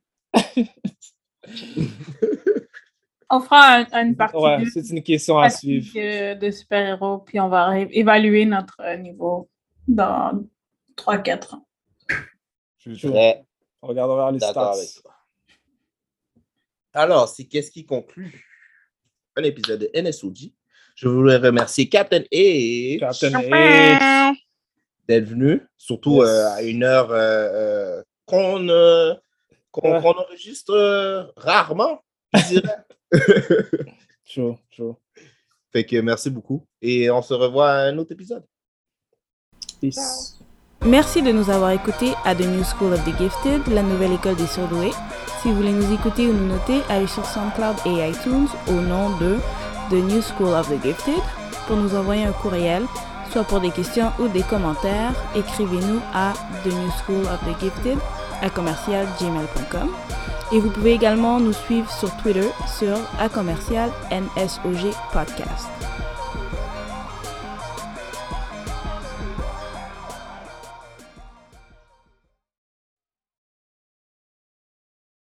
On fera un- une partie Ouais, deux c'est une question à fatigue, suivre. euh, de super-héros, puis on va ré- évaluer notre euh, niveau dans trois quatre ans. Je suis très On regardera les d'accord stats. avec toi. Alors, c'est qu'est-ce qui conclut un épisode de N S O G. Je voulais remercier Captain H Captain H. d'être venu, surtout Yes. euh, à une heure euh, euh, qu'on euh, qu'on Ouais. qu'on enregistre euh, rarement, je dirais. Chaud, chaud. Fait que merci beaucoup et on se revoit à un autre épisode. Peace. Merci de nous avoir écoutés à The New School of the Gifted, la nouvelle école des surdoués. Si vous voulez nous écouter ou nous noter, allez sur SoundCloud et iTunes au nom de The New School of the Gifted. Pour nous envoyer un courriel, soit pour des questions ou des commentaires, écrivez-nous à The New School of the Gifted à commercial gmail point com. Et vous pouvez également nous suivre sur Twitter sur à commercial N S O G Podcast.